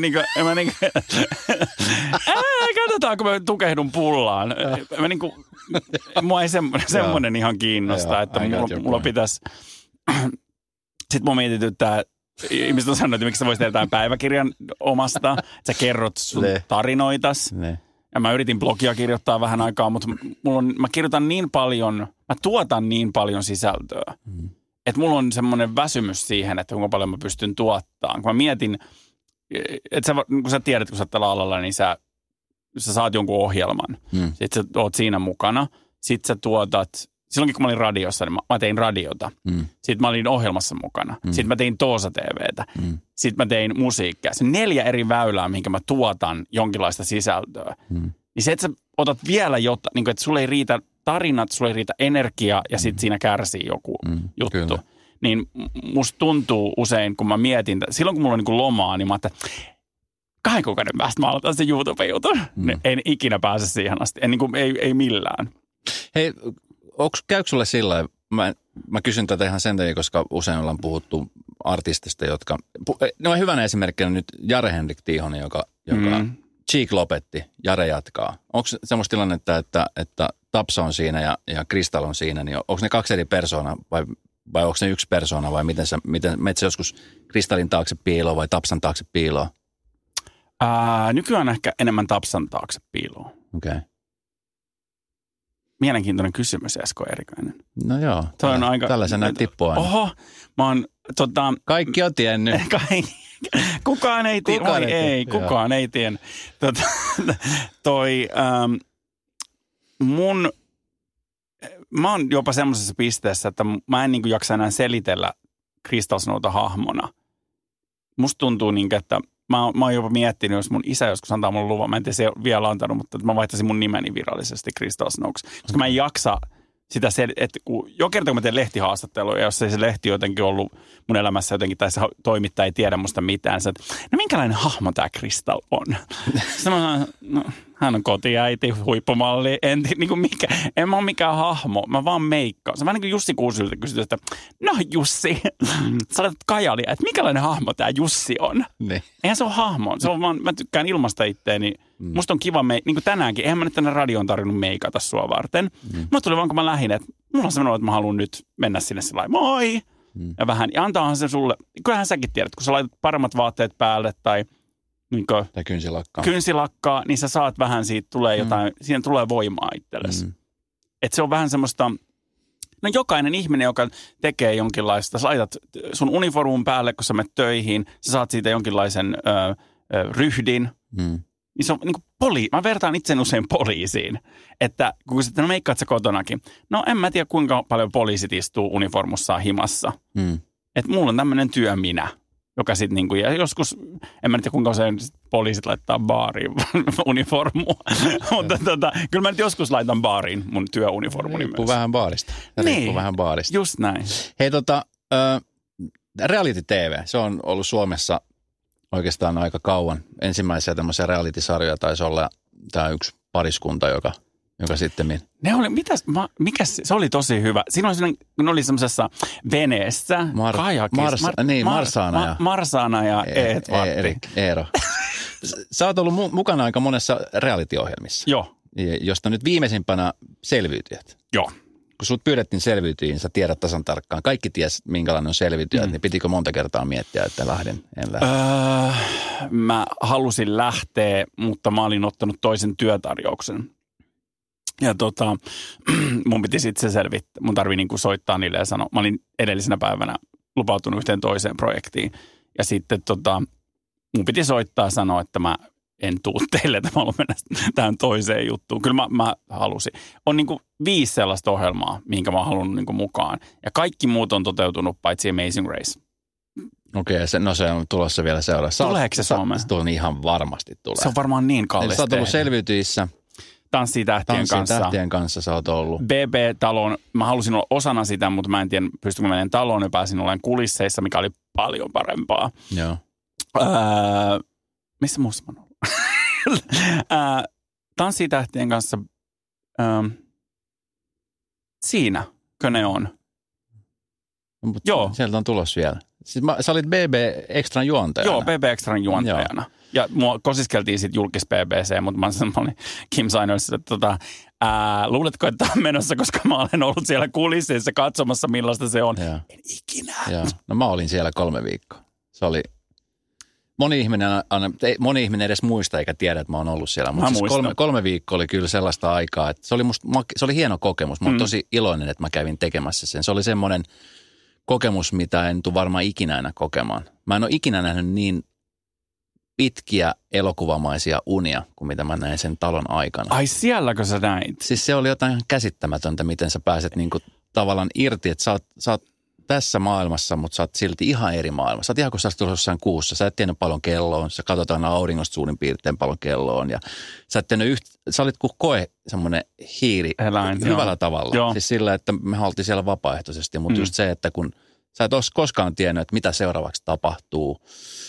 Katsotaan, kun mä tukehdun pullaan. Mua ei semmoinen ihan kiinnosta, että mulla pitäisi... Sitten mua mietityttää, ihmiset on sanonut, että miksi sä voisit tehdä jotain päiväkirjan omasta, että sä kerrot sun tarinoitas. Ja mä yritin blogia kirjoittaa vähän aikaa, mutta mä kirjoitan niin paljon, mä tuotan niin paljon sisältöä, että mulla on semmoinen väsymys siihen, että kuinka paljon mä pystyn tuottamaan. Kun mä mietin, että kun sä tiedät, kun sä oot tällä alalla, niin sä saat jonkun ohjelman. Sitten sä oot siinä mukana. Sitten sä tuotat, silloinkin kun mä olin radiossa, niin mä tein radiota. Sitten mä olin ohjelmassa mukana. Sitten mä tein Toosa TVtä. Sitten mä tein musiikkia. Se 4 eri väylää, mihinkä mä tuotan jonkinlaista sisältöä. Niin se, että sä otat vielä jotain, niin että sulle ei riitä tarinat, sulle ei riitä energia ja sitten siinä kärsii joku juttu. Kyllä. Niin musta tuntuu usein, kun mä mietin, silloin kun mulla on niin kuin lomaa, niin mä ajattelin, 2 kuukauden päästä mä aloitan sen YouTube-jutun. En ikinä pääse siihen asti. Ei millään. Hei, käykö sulle sillä mä kysyn tätä ihan sen takia, koska usein ollaan puhuttu artistista, jotka... No hyvänä esimerkkinä nyt Jare-Henrik Tiihonen, joka Cheek lopetti, Jare jatkaa. Onko semmoista tilannetta, että Tapsa on siinä ja Kristal on siinä, niin onko ne 2 eri persoonaa vai onko ne yksi persoona vai miten menet sä joskus Kristalin taakse piiloon vai Tapsan taakse piiloon? Nykyään ehkä enemmän Tapsan taakse piiloon. Okei. Okay. Mielenkiintoinen kysymys, Esko Erikainen. No joo, tällaisen näin tippua aina. Oho, mä oon kaikki on tiennyt. Kukaan ei tiennyt. Kukaan ei tiennyt. Mä oon jopa semmoisessa pisteessä, että mä en jaksa enää selitellä Crystal Snowta hahmona. Musta tuntuu että mä oon jopa miettinyt, jos mun isä joskus antaa mun luvan, mä en tiedä se vielä antanut, mutta mä vaihtaisin mun nimeni virallisesti Crystal Snowksi. Koska mä en jaksa sitä, että jo kerta kun mä teen lehtihaastatteluja, jos ei se lehti jotenkin ollut mun elämässä jotenkin, tai se toimittaja ei tiedä musta mitään, että no minkälainen hahmo tää Crystal on? Sitten hän on kotiäiti, huippumalli, en mä ole mikään hahmo, mä vaan meikkaan. Se on vähän niin kuin Jussi Kuusilta kysytty, että no Jussi, sä olet Kajalia, että minkälainen hahmo tää Jussi on? Ne. Eihän se ole hahmo, se on vaan, mä tykkään ilmaista itteeni. Musta on kiva, niin kuin tänäänkin, eihän mä nyt tänne radioon tarvinnut meikata sua varten. Musta tuli vaan, kun mä lähdin, että mulla on semmoinen, että mä haluan nyt mennä sinne sellainen, moi! Ja vähän, ja antaahan se sulle, kyllähän säkin tiedät, kun sä laitat paremmat vaatteet päälle tai kynsilakkaa, niin sä saat vähän siitä, tulee jotain, siinä tulee voimaa itsellesi. Että se on vähän semmoista, no jokainen ihminen, joka tekee jonkinlaista, sä laitat sun uniformun päälle, kun sä menet töihin, sä saat siitä jonkinlaisen ryhdin. Niin se on niin kuin mä vertaan itsen usein poliisiin, että kun sitten meikkaat sä kotonakin. No en mä tiedä kuinka paljon poliisit istuu uniformussaan himassa. Että mulla on tämmöinen työminä, joka sitten niinku, ja joskus, en mä tiedä kuinka usein poliisit laittaa baariin uniformua, mutta kyllä mä nyt joskus laitan baariin mun työuniformuni Riippuu myös. vähän baarista. Riippuu vähän baarista. Just näin. Hei reality TV, se on ollut Suomessa oikeastaan aika kauan. Ensimmäisiä tämmöisiä reality-sarjoja taisi olla tämä yksi pariskunta, joka sitten... Ne oli, se oli tosi hyvä. Siinä oli sellainen, kun ne oli semmoisessa veneessä, kajakissa. Marsaana ja Eetvatti. Eero. Sä oot ollut mukana aika monessa reality-ohjelmissa. Joo. Josta nyt viimeisimpänä Selviytyjät. Joo. Kun sut pyydettiin selviytyihin, sä tiedät tasan tarkkaan. Kaikki ties, minkälainen on selviytyjät, niin pitikö monta kertaa miettiä, että en lähde? Mä halusin lähteä, mutta mä olin ottanut toisen työtarjouksen. Ja mun piti sitten se selvittää. Mun tarvii niinku soittaa niille ja sanoa. Mä olin edellisenä päivänä lupautunut yhteen toiseen projektiin. Ja sitten mun piti soittaa ja sanoa, että mä en tuu teille, että mä haluan mennä tähän toiseen juttuun. Kyllä mä halusin. On niinku 5 sellaista ohjelmaa, mihinkä mä oon halunnut niinku mukaan. Ja kaikki muut on toteutunut paitsi Amazing Race. Okei, se on tulossa vielä seuraava. Tuleeko se Suomeen? Se tulee ihan varmasti tulee. Se on varmaan niin kallista. Sä oot ollut Selviytyissä. Tanssii tähtien kanssa sä oot ollut. BB-talon, mä halusin olla osana sitä, mutta mä en tiedä, pystykö menemään taloon ja pääsin olemaan kulisseissa, mikä oli paljon parempaa. Joo. Missä muussa mä oon ollut? Tanssii tähtien kanssa, siinäkö ne on? No, joo. Sieltä on tulos vielä. Siis sä olit BB Extran juontajana. Joo, BB Extran juontajana. Joo. Ja mua kosiskeltiin sitten julkis BBC, mutta mä olin Kim Sainers, että luuletko, että on menossa, koska mä olen ollut siellä kulisseissa katsomassa, millaista se on. Joo. En ikinä. Joo. No mä olin siellä 3 viikkoa. Se oli, moni ihminen edes muista eikä tiedä, että mä oon ollut siellä. Mutta siis 3 viikkoa oli kyllä sellaista aikaa, että se oli hieno kokemus. Mä oon tosi iloinen, että mä kävin tekemässä sen. Se oli semmoinen kokemus, mitä en tule varmaan ikinä enää kokemaan. Mä en ole ikinä nähnyt niin pitkiä elokuvamaisia unia, kuin mitä mä näin sen talon aikana. Ai sielläkö sä näit? Siis se oli jotain käsittämätöntä, miten sä pääset niinku tavallaan irti, että sä oot tässä maailmassa, mutta sä oot silti ihan eri maailmassa. Sä oot ihan kun sä oot jossain kuussa. Sä et tiennyt paljon kelloon, sä katsot aina auringosta suurin piirtein paljon kelloon. Ja sä olit kuin koe semmoinen hiiri hyvällä tavalla. Joo. Siis sillä, että me oltiin siellä vapaaehtoisesti, mutta just se, että kun sä et olisi koskaan tiennyt, että mitä seuraavaksi tapahtuu.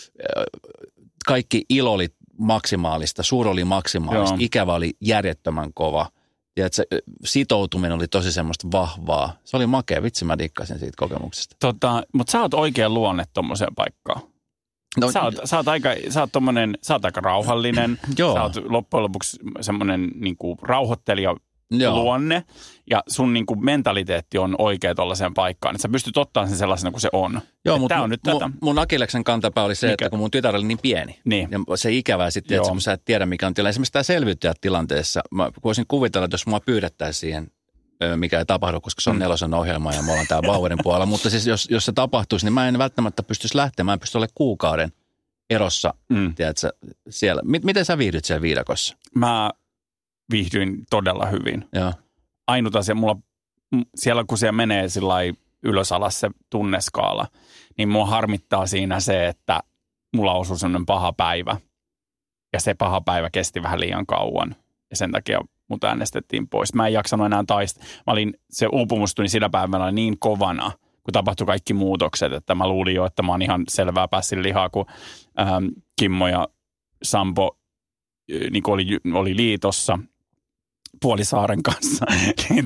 Kaikki ilo oli maksimaalista, suuri oli maksimaalista, ikävä oli järjettömän kova. Ja että se sitoutuminen oli tosi semmoista vahvaa. Se oli makea. Vitsi, mä dikkasin siitä kokemuksesta. Mutta sä oot oikein luonne tommoseen paikkaan. No, sä oot aika rauhallinen. Joo. Sä oot loppujen lopuksi semmoinen niinku rauhoittelija luonne. Ja sun niinku mentaliteetti on oikea tollaiseen paikkaan. Että sä pystyt ottaa sen sellaisena kuin se on. Joo, mutta mun Akilleksen kantapää oli se, että kun mun tytär oli niin pieni. Niin. Ja se ikävää sitten, että kun sä et tiedä mikä on tilanne. Esimerkiksi tämä selviytyjät tilanteessa. Mä voisin kuvitella, että jos mua pyydettäisiin siihen, mikä ei tapahdu, koska se on 4. ohjelma ja me ollaan täällä Bauerin puolella. Mutta siis jos se tapahtuisi, niin mä en välttämättä pystyisi lähtemään. Mä en pysty olemaan kuukauden erossa. Tiedätkö, siellä. Miten sä viihdyt siellä viidakossa? Mä viihdyin todella hyvin. Joo. Ainut asia, siellä kun siellä menee sillai ylös alas se tunneskaala, niin mua harmittaa siinä se, että mulla osui sellainen paha päivä. Ja se paha päivä kesti vähän liian kauan. Ja sen takia mut äänestettiin pois. Mä en jaksanut enää se uupumus tuli sillä päivänä niin kovana, kun tapahtui kaikki muutokset, että mä luulin jo, että mä oon ihan selvää pässin lihaa, kun Kimmo ja Sampo niin oli liitossa Puolisaaren kanssa, niin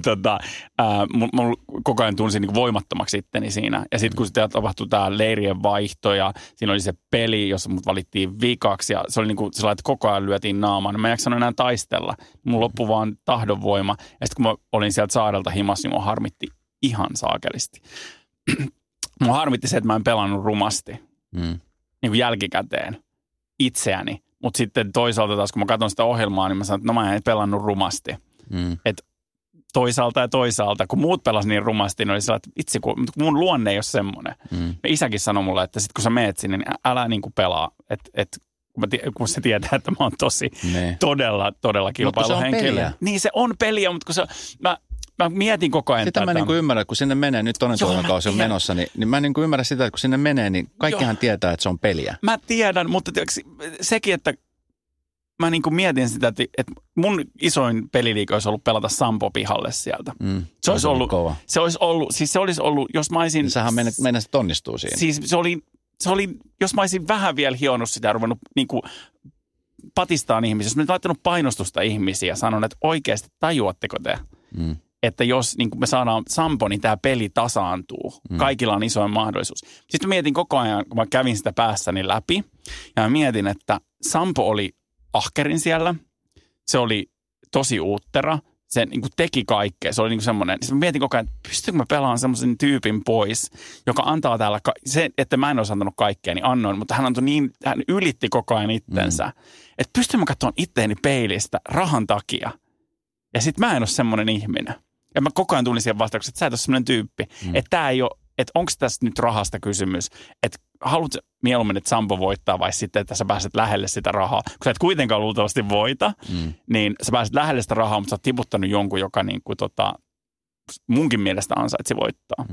mulla koko ajan tunsin niin voimattomaksi itteni siinä. Ja sitten kun sitten tapahtui tämä leirien vaihto ja siinä oli se peli, jossa mut valittiin vikaksi ja se oli niin kuin sellainen, että koko ajan lyötiin naamaan. Niin mä en jaksanut enää taistella. Mulla loppui vaan tahdonvoima. Ja sitten kun mä olin sieltä saarelta himassa, niin mua harmitti ihan saakelisti. Mua harmitti se, että mä en pelannut rumasti. Niin kuin jälkikäteen itseäni. Mutta sitten toisaalta taas, kun mä katson sitä ohjelmaa, niin mä sanon, että no mä en pelannut rumasti. Että toisaalta, kun muut pelasivat niin rumasti, niin oli sellainen, että itse, kun mun luonne ei ole semmoinen. Ja isäkin sanoi mulle, että sit kun sä meet sinne, niin älä niin kuin pelaa. Kun se tietää, että mä oon tosi todella kilpailuhenkilö. Mutta se on peliä. Niin se on peliä, mutta kun mä mietin koko ajan sitä. Mä niin kuin ymmärrän, että kun sinne menee, nyt toinen tuotantokausi on menossa, niin mä niin kuin ymmärrän sitä, että kun sinne menee, niin kaikkihan tietää, että se on peliä. Mä tiedän, mutta sekin, että mä niin kuin mietin sitä, että mun isoin peliliike olisi ollut pelata Sampo pihalle sieltä. Se olisi ollut kova. Se olisi ollut, jos mä olisin... Sähän mennä onnistuu siinä. Siis se oli, jos mä olisin vähän vielä hionnut sitä ja ruvennut niin kuin patistaan ihmisiä, jos mä olisin laittanut painostusta ihmisiä ja sanon, että oikeasti tajuatteko te, että jos niin kuin me saadaan Sampo, niin tämä peli tasaantuu. Kaikilla on isoin mahdollisuus. Sitten mä mietin koko ajan, kun mä kävin sitä päässäni läpi, ja mä mietin, että Sampo oli ahkerin siellä. Se oli tosi uuttera. Se niin kuin teki kaikkea. Se oli niin kuin semmoinen. Sitten mä mietin koko ajan, että pystynkö mä pelaamaan semmoisen tyypin pois, joka antaa täällä, se, että mä en olisi antanut kaikkea, niin annoin, mutta hän ylitti koko ajan itsensä. Että pystynkö mä katsomaan itteeni peilistä rahan takia. Ja sitten mä en ole semmoinen ihminen. Ja mä koko ajan tulin siihen vastaukseen, että sä et ole semmoinen tyyppi. Että tää ei ole, että onko tässä nyt rahasta kysymys. Että haluatko mieluummin, että Sampo voittaa vai sitten, että sä pääset lähelle sitä rahaa. Kun sä et kuitenkaan luultavasti voita, niin sä pääset lähelle sitä rahaa, mutta sä oot tiputtanut jonkun, joka niin kuin munkin mielestä ansaitsi voittaa.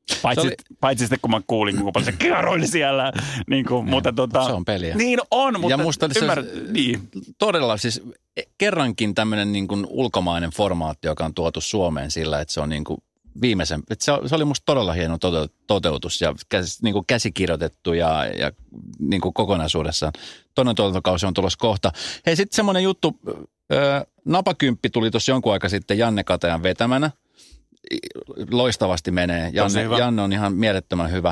Paitsi sitten, kun mä kuulin, kuinka paljon se kieroili siellä. Niin kuin, mutta se on peliä. Niin on, mutta ja musta niin. Todella siis kerrankin tämmöinen niin kuin ulkomainen formaatti, joka on tuotu Suomeen sillä, että se on niin kuin viimeisen, että se oli musta todella hieno toteutus ja niin kuin käsikirjoitettu ja niin kuin kokonaisuudessaan. Toinen tuotantokausi on tulossa kohta. Hei, sitten semmoinen juttu, Napakymppi tuli tuossa jonkun aika sitten Janne Katajan vetämänä. Loistavasti menee. Janne on ihan mielettömän hyvä.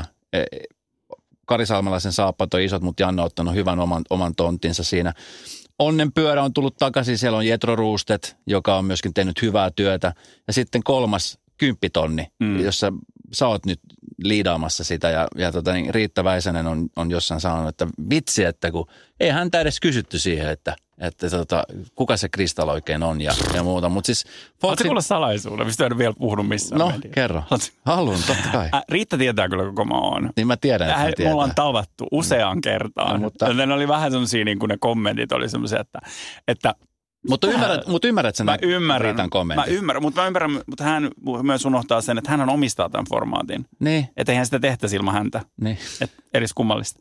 Kari Salmelaisen saappaat on isot, mutta Janne on ottanut hyvän oman tonttinsa siinä. Onnenpyörä on tullut takaisin. Siellä on Jetro Roostet, joka on myöskin tehnyt hyvää työtä. Ja sitten 3. 10 000, jossa sä oot nyt liidaamassa sitä. Ja niin Riitta Väisänen on jossain sanonut, että vitsi, että kun ei häntä edes kysytty siihen, että kuka se Kristall oikein on ja muuta. Mut siis Oletko kuulla salaisuuden, mistä en vielä puhunut missään? No, kerro. Haluan, totta kai. Riitta tietää kyllä, kuka mä oon. Niin mä tiedän, että tietää. Me ollaan tavattu useaan kertaan. No, mutta ne oli vähän semmosia, niin kuin ne kommentit oli semmoisia, että Mutta ymmärrät sen Riitan kommentin. Mä ymmärrän, mutta hän myös unohtaa sen, että hän omistaa tämän formaatin. Niin. Että eihän sitä tehtäisi ilman häntä. Niin. Edes kummallista.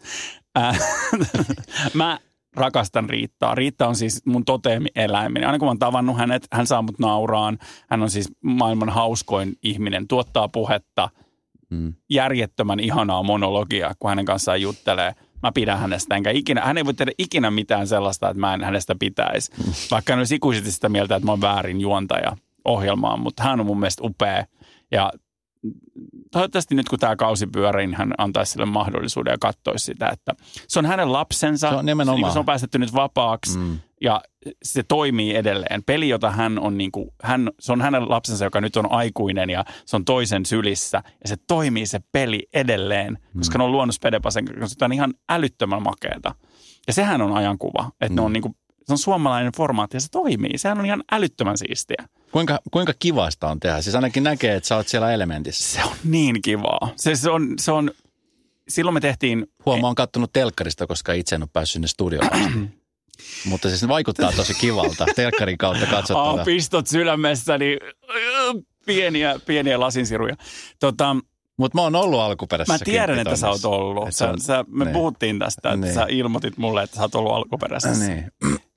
Mä rakastan Riittaa. Riitta on siis mun toteemieläimeni. Aina kun mä oon tavannut hänet, hän saa mut nauraan. Hän on siis maailman hauskoin ihminen. Tuottaa puhetta. Järjettömän ihanaa monologiaa, kun hänen kanssaan juttelee. Mä pidän hänestä, hän ei voi tehdä ikinä mitään sellaista, että mä en hänestä pitäisi. Vaikka hän olisi ikuisesti sitä mieltä, että mä oon väärin juontaja ohjelmaan, mutta hän on mun mielestä upea. Ja toivottavasti nyt kun tämä kausi pyörii, hän antaisi sille mahdollisuuden ja katsoisi sitä, että se on hänen lapsensa. Se on nimenomaan. Niin se on päästetty nyt vapaaksi ja se toimii edelleen. Peli, jota hän on se on hänen lapsensa, joka nyt on aikuinen ja se on toisen sylissä. Ja se toimii se peli edelleen, koska ne on luonut Spedepasen, koska se on ihan älyttömän makeata. Ja sehän on ajankuva, että ne on se on suomalainen formaatti ja se toimii. Sehän on ihan älyttömän siistiä. Kuinka kivasta on tehdä? Siis ainakin näkee, että sä oot siellä elementissä. Se on niin kivaa. Se on silloin me tehtiin... Mä oon kattonut telkkarista, koska itse en ole päässyt sinne studioon. Mutta siis vaikuttaa tosi kivalta telkkarin kautta katsottuna. Pistot sydämessäni, pieniä lasinsiruja. Mutta mä oon ollut alkuperäisessä. Mä tiedän, että sä oot ollut. Me puhuttiin tästä, että sä ilmoitit mulle, että sä oot ollut alkuperäisessä. Niin.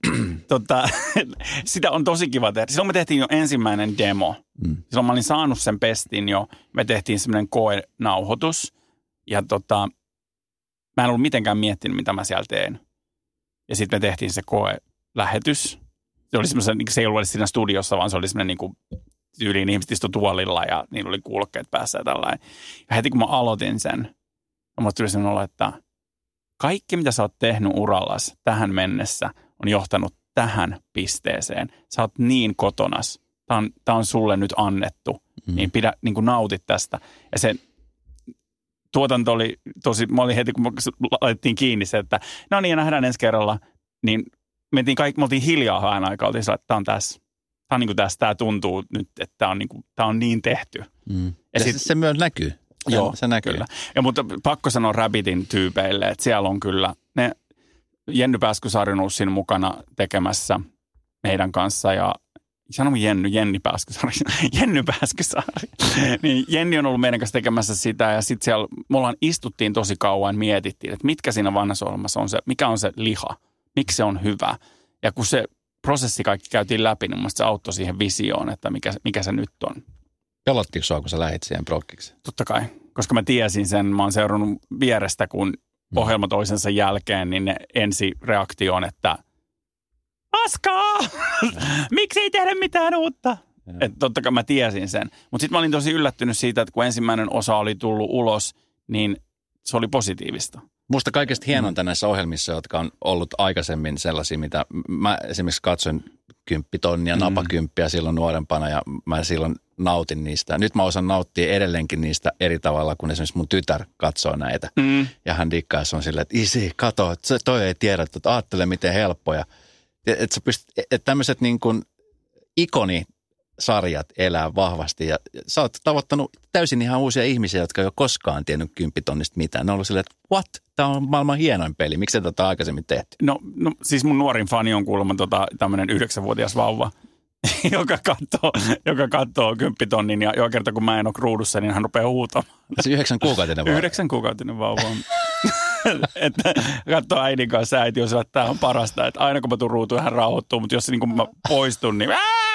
Sitä on tosi kiva tehdä. Silloin me tehtiin jo ensimmäinen demo. Silloin mä olin saanut sen pestin jo. Me tehtiin semmoinen koenauhoitus. Ja mä en ollut mitenkään miettinyt, mitä mä siellä teen. Ja sitten me tehtiin se koelähetys. Se ei ollut edes siinä studiossa, vaan se oli semmoinen tyyliin ihmiset istu tuolilla ja niillä oli kuulokkeet päässä ja tällainen. Ja heti kun mä aloitin sen, mulle tuli semmoinen olo, että kaikki mitä sä oot tehnyt urallas tähän mennessä on johtanut tähän pisteeseen. Sä oot niin kotonas. Tää on sulle nyt annettu. Niin nautit tästä. Ja se tuotanto oli mä olin heti kun me laitettiin kiinni se, että no niin ja nähdään ensi kerralla. Niin me oltiin hiljaa vähän aikaa. Oltiin sillä, että tää on tässä. Tämä on tässä, tämä tuntuu nyt, että tämä on niin tehty. Ja se myös näkyy. Joo, se näkyy. Kyllä. Ja mutta pakko sanoa Rabbitin tyypeille, että siellä on kyllä Jenny Pääskysaari on ollut siinä mukana tekemässä meidän kanssa Sano Jenny Pääskysaari. Jenny Pääskysaari. Niin Jenni on ollut meidän kanssa tekemässä sitä ja sitten siellä me istuttiin tosi kauan, mietittiin, että mitkä siinä vanhassa ohjelmassa on se, mikä on se liha, miksi se on hyvä. Ja kun se prosessi kaikki käytiin läpi, niin mun se auttoi siihen visioon, että mikä se nyt on. Pelottiko sua, kun sä lähit siihen prokkiksi? Totta kai, koska mä tiesin sen, mä oon seurannut vierestä, kun ohjelma toisensa jälkeen, niin ne ensireaktio on, että paskaa! Miksi ei tehdä mitään uutta? Että totta kai mä tiesin sen. Mutta sitten mä olin tosi yllättynyt siitä, että kun ensimmäinen osa oli tullut ulos, niin se oli positiivista. Musta kaikista hienointa näissä ohjelmissa, jotka on ollut aikaisemmin sellaisia, mitä mä esimerkiksi katsoin 10 tonnia, napakymppiä silloin nuorempana ja mä silloin nautin niistä. Nyt mä osaan nauttia edelleenkin niistä eri tavalla, kun esimerkiksi mun tytär katsoo näitä. Ja hän dikkaa, se on silleen, että isi, kato, toi ei tiedä, että ajattele miten helppoja. Että tämmöiset niin kuin ikonisarjat elää vahvasti ja sä oot tavoittanut täysin ihan uusia ihmisiä, jotka ei ole koskaan tiennyt 10 tonnista mitään. Ne on ollut silleen, että what? Tämä on maailman hienoin peli. Miksi se tätä aikaisemmin tehty? No siis mun nuorin fani on kuulemma tämmöinen 9-vuotias vauva, joka katsoo 10 tonnin ja joka kerta kun mä en ole ruudussa, niin hän rupeaa huutamaan. Se 9-kuukautinen vauva. 9-kuukautinen vauva on. Että katsoo äidin kanssa, äiti on sillä, että tämä on parasta, että aina kun mä tuun ruutuun, hän rauhoittuu, mutta jos niin kun mä poistun, niin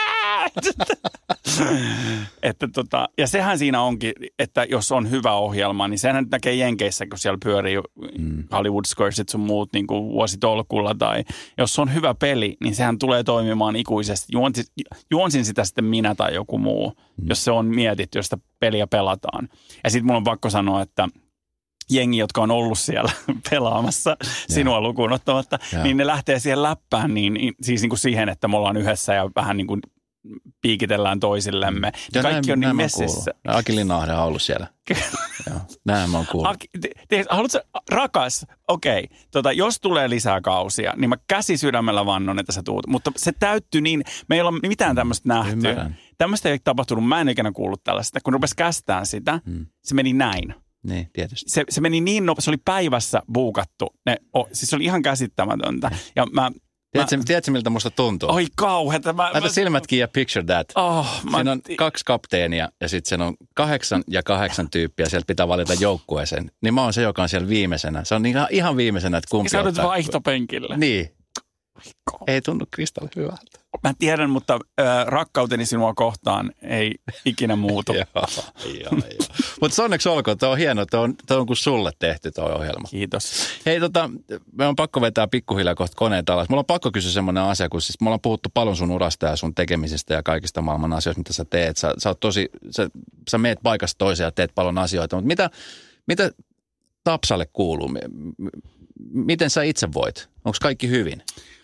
ja sehän siinä onkin, että jos on hyvä ohjelma, niin sehän näkee Jenkeissä, kun siellä pyörii Hollywood Squaresit sun muut niin kuin vuositolkulla, tai jos on hyvä peli, niin sehän tulee toimimaan ikuisesti. Juonsin sitä sitten minä tai joku muu, jos se on mietitty, jos sitä peliä pelataan. Ja sitten mulla on pakko sanoa, että jengi, jotka on ollut siellä pelaamassa sinua lukuun ottamatta, niin ne lähtee siihen läppään, siis niin kuin siihen, että me ollaan yhdessä ja vähän niin kuin piikitellään toisillemme. Ja kaikki on niin messissä. Aki Linnahde on ollut siellä. Näin mä oon kuullut. Haluatko, rakas, okei, jos tulee lisää kausia, niin mä käsi sydämellä vannon, että sä tuut. Mutta se täyttyi niin, me ei olla mitään tämmöistä nähty. Ymmärrän. Tämmöistä ei tapahtunut, mä en ikinä kuullut tällaista. Kun rupesi kästään sitä, se meni näin. Niin, tietysti. Se meni niin nopeasti, se oli päivässä buukattu. Siis se oli ihan käsittämätöntä. Ja Tiedätkö, miltä musta tuntuu? Oi kauheeta. Laita silmätkin ja picture that. Siinä on 2 kapteenia ja sitten siinä on 8 ja 8 tyyppiä. Sieltä pitää valita joukkueeseen. Niin mä oon se, joka on siellä viimeisenä. Se on ihan viimeisenä, että kumpi ottaa. Sä olet vaihtopenkillä. Niin. Ei tunnu Kristalli hyvältä. Mä tiedän, mutta rakkauteni sinua kohtaan ei ikinä muutu. Joo. Mutta onneksi olkoon, tuo on hieno, tuo on kuin sulle tehty tuo ohjelma. Kiitos. Hei, me on pakko vetää pikkuhiljaa kohta koneet alas. Mulla on pakko kysyä semmoinen asia, kun siis me ollaan puhuttu paljon sun urasta ja sun tekemisistä ja kaikista maailman asioista, mitä sä teet. Sä meet paikasta toiseen ja teet paljon asioita, mutta mitä Tapsalle kuuluu? Miten sä itse voit? Onko kaikki hyvin?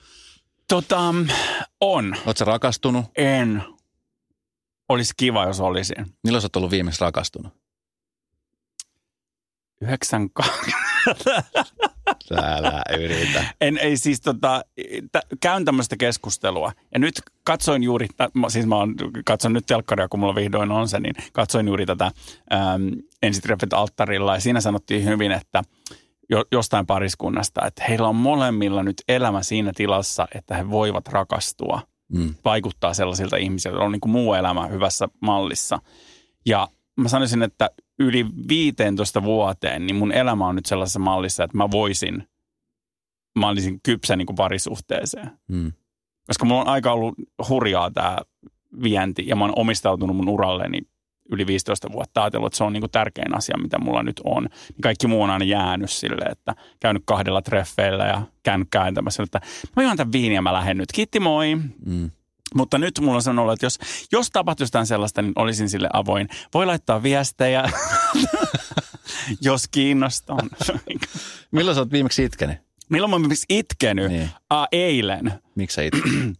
On. Oletko sä rakastunut? En. Olisi kiva, jos olisin. Milloin sä oot ollut viimeksi rakastunut? 92. Älä yritä. Ei siis käyn tämmöistä keskustelua. Ja nyt katsoin juuri, katson nyt telkkaria, kun mulla vihdoin on se, niin katsoin juuri tätä ensitreffit alttarilla. Ja siinä sanottiin hyvin, että jostain pariskunnasta, että heillä on molemmilla nyt elämä siinä tilassa, että he voivat rakastua. Vaikuttaa sellaisilta ihmisiltä, joilla on niin kuin muu elämä hyvässä mallissa. Ja mä sanoisin, että yli 15 vuoteen, niin mun elämä on nyt sellaisessa mallissa, että mä olisin kypsä niin kuin parisuhteeseen. Koska mulla on aika ollut hurjaa tämä vienti, ja mä oon omistautunut mun uralleni yli 15 vuotta, ajatellut, että se on niin kuin tärkein asia, mitä mulla nyt on. Kaikki muu on aina jäänyt silleen, että käynyt 2 treffeillä ja käynyt kääntämässä, että mä juon tämän viiniä ja mä lähden nyt. Kiitti, moi! Mutta nyt mulla on sanonut, että jos tapahtuisi jotain sellaista, niin olisin sille avoin. Voi laittaa viestejä, jos kiinnostaa. Milloin sä oot viimeksi itkenyt? Milloin mä oon viimeksi itkenyt? Niin. Eilen. Miksi sä itkenyt?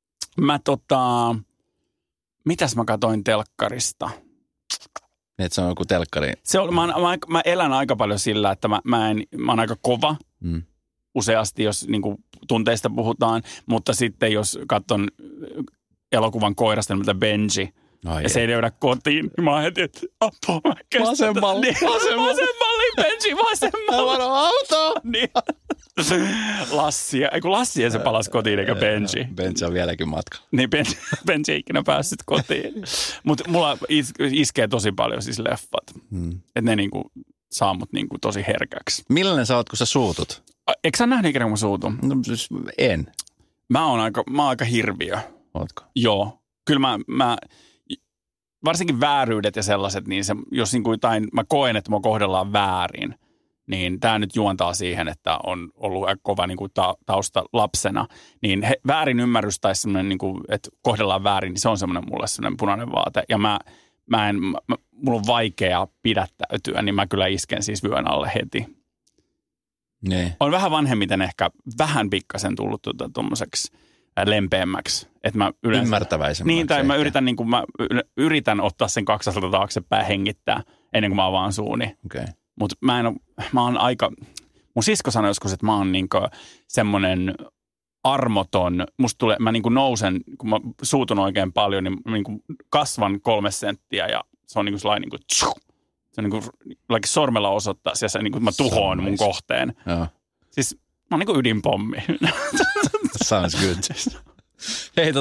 Mitäs mä katsoin telkkarista? Että se on joku telkkari. Mä elän aika paljon sillä, että mä oon aika kova. Useasti, jos niin kuin tunteista puhutaan, mutta sitten jos katson elokuvan koirasta nimeltä Benji, ja se ei löydä kotiin, niin mä oon heti, että apua, mä kestän. Vasemmalle, Benji, vasemmalle. Varo auto! Niin. Lassia. Ei kun Lassia se palasi kotiin, eikä Benji. Benji on vieläkin matkalla. Niin, Benji ei ikinä päässyt kotiin. Mutta mulla iskee tosi paljon siis leffat. Että ne niinku saa mut niinku tosi herkäksi. Millainen sä oot, kun sä suutut? Eikö sä nähnyt ikinä, kun mä suutun? No siis en. Mä oon aika hirviö. Ootko? Joo. Kyllä mä varsinkin vääryydet ja sellaiset, niin se, jos niinku jotain, mä koen, että mua kohdellaan väärin, niin tämä nyt juontaa siihen, että on ollut kova niin kuin tausta lapsena, niin väärin ymmärrys tai semmoinen, niin kuin, että kohdellaan väärin, niin se on semmoinen mulle semmoinen punainen vaate. Ja mulla on vaikea pidättäytyä, niin mä kyllä isken siis vyön alle heti. Nee. On vähän vanhemmiten ehkä vähän pikkasen tullut tuommoiseksi lempeämmäksi. Että mä yleensä, ymmärtäväisemmäksi. Niin, tai mä yritän ottaa sen 2 askelta taaksepäin ja hengittää ennen kuin mä avaan suuni. Okay. Mutta mä oon aika, mun sisko sanoi joskus, että mä oon niinku semmoinen armoton, mä niinku nousen, kun mä suutun oikein paljon, niin niinku kasvan 3 senttiä ja se on niinku sellainen niinku, se on niinku sormella osoittaa ja se niinku, mä tuhoon mun kohteen. Joo. Siis mä oon niinku ydinpommi. Sounds good. Hei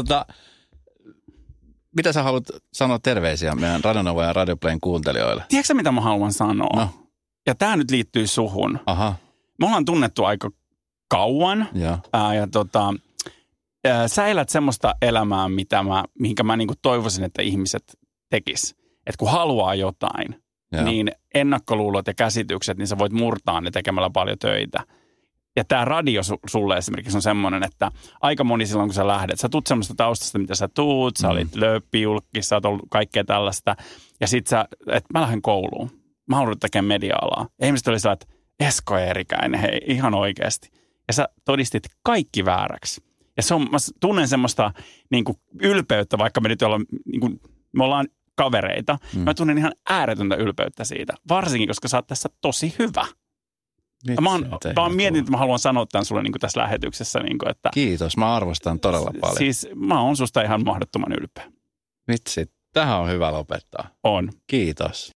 mitä sä haluat sanoa terveisiä meidän Radionova ja Radioplayn kuuntelijoille? Tiedätkö mitä mä haluan sanoa? No. Ja tää nyt liittyy suhun. Aha. Me ollaan tunnettu aika kauan. Ja sä elät semmoista elämää, mihinkä mä niinku toivoisin, että ihmiset tekis. Että kun haluaa jotain, niin ennakkoluulot ja käsitykset, niin sä voit murtaa ne tekemällä paljon töitä. Ja tämä radio sulle esimerkiksi on semmoinen, että aika moni silloin, kun sä lähdet, sä tuut semmoista taustasta, mitä sä tuut, sä olit lööppijulkki, sä oot ollut kaikkea tällaista. Ja sit että mä lähden kouluun. Mä haluan tekemään media-alaa. Ja ihmiset oli sellainen, että Esko Eerikäinen, hei, ihan oikeasti. Ja sä todistit kaikki vääräksi. Ja mä tunnen semmoista niin kuin ylpeyttä, vaikka me nyt ollaan, niin kuin, me ollaan kavereita. Mä tunnen ihan ääretöntä ylpeyttä siitä. Varsinkin, koska sä oot tässä tosi hyvä. Mä oon mietin, että mä haluan sanoa tämän sulle niin kuin tässä lähetyksessä. Niin kuin, että kiitos, mä arvostan todella paljon. Siis mä oon susta ihan mahdottoman ylpeä. Vitsi, tähän on hyvä lopettaa. On. Kiitos.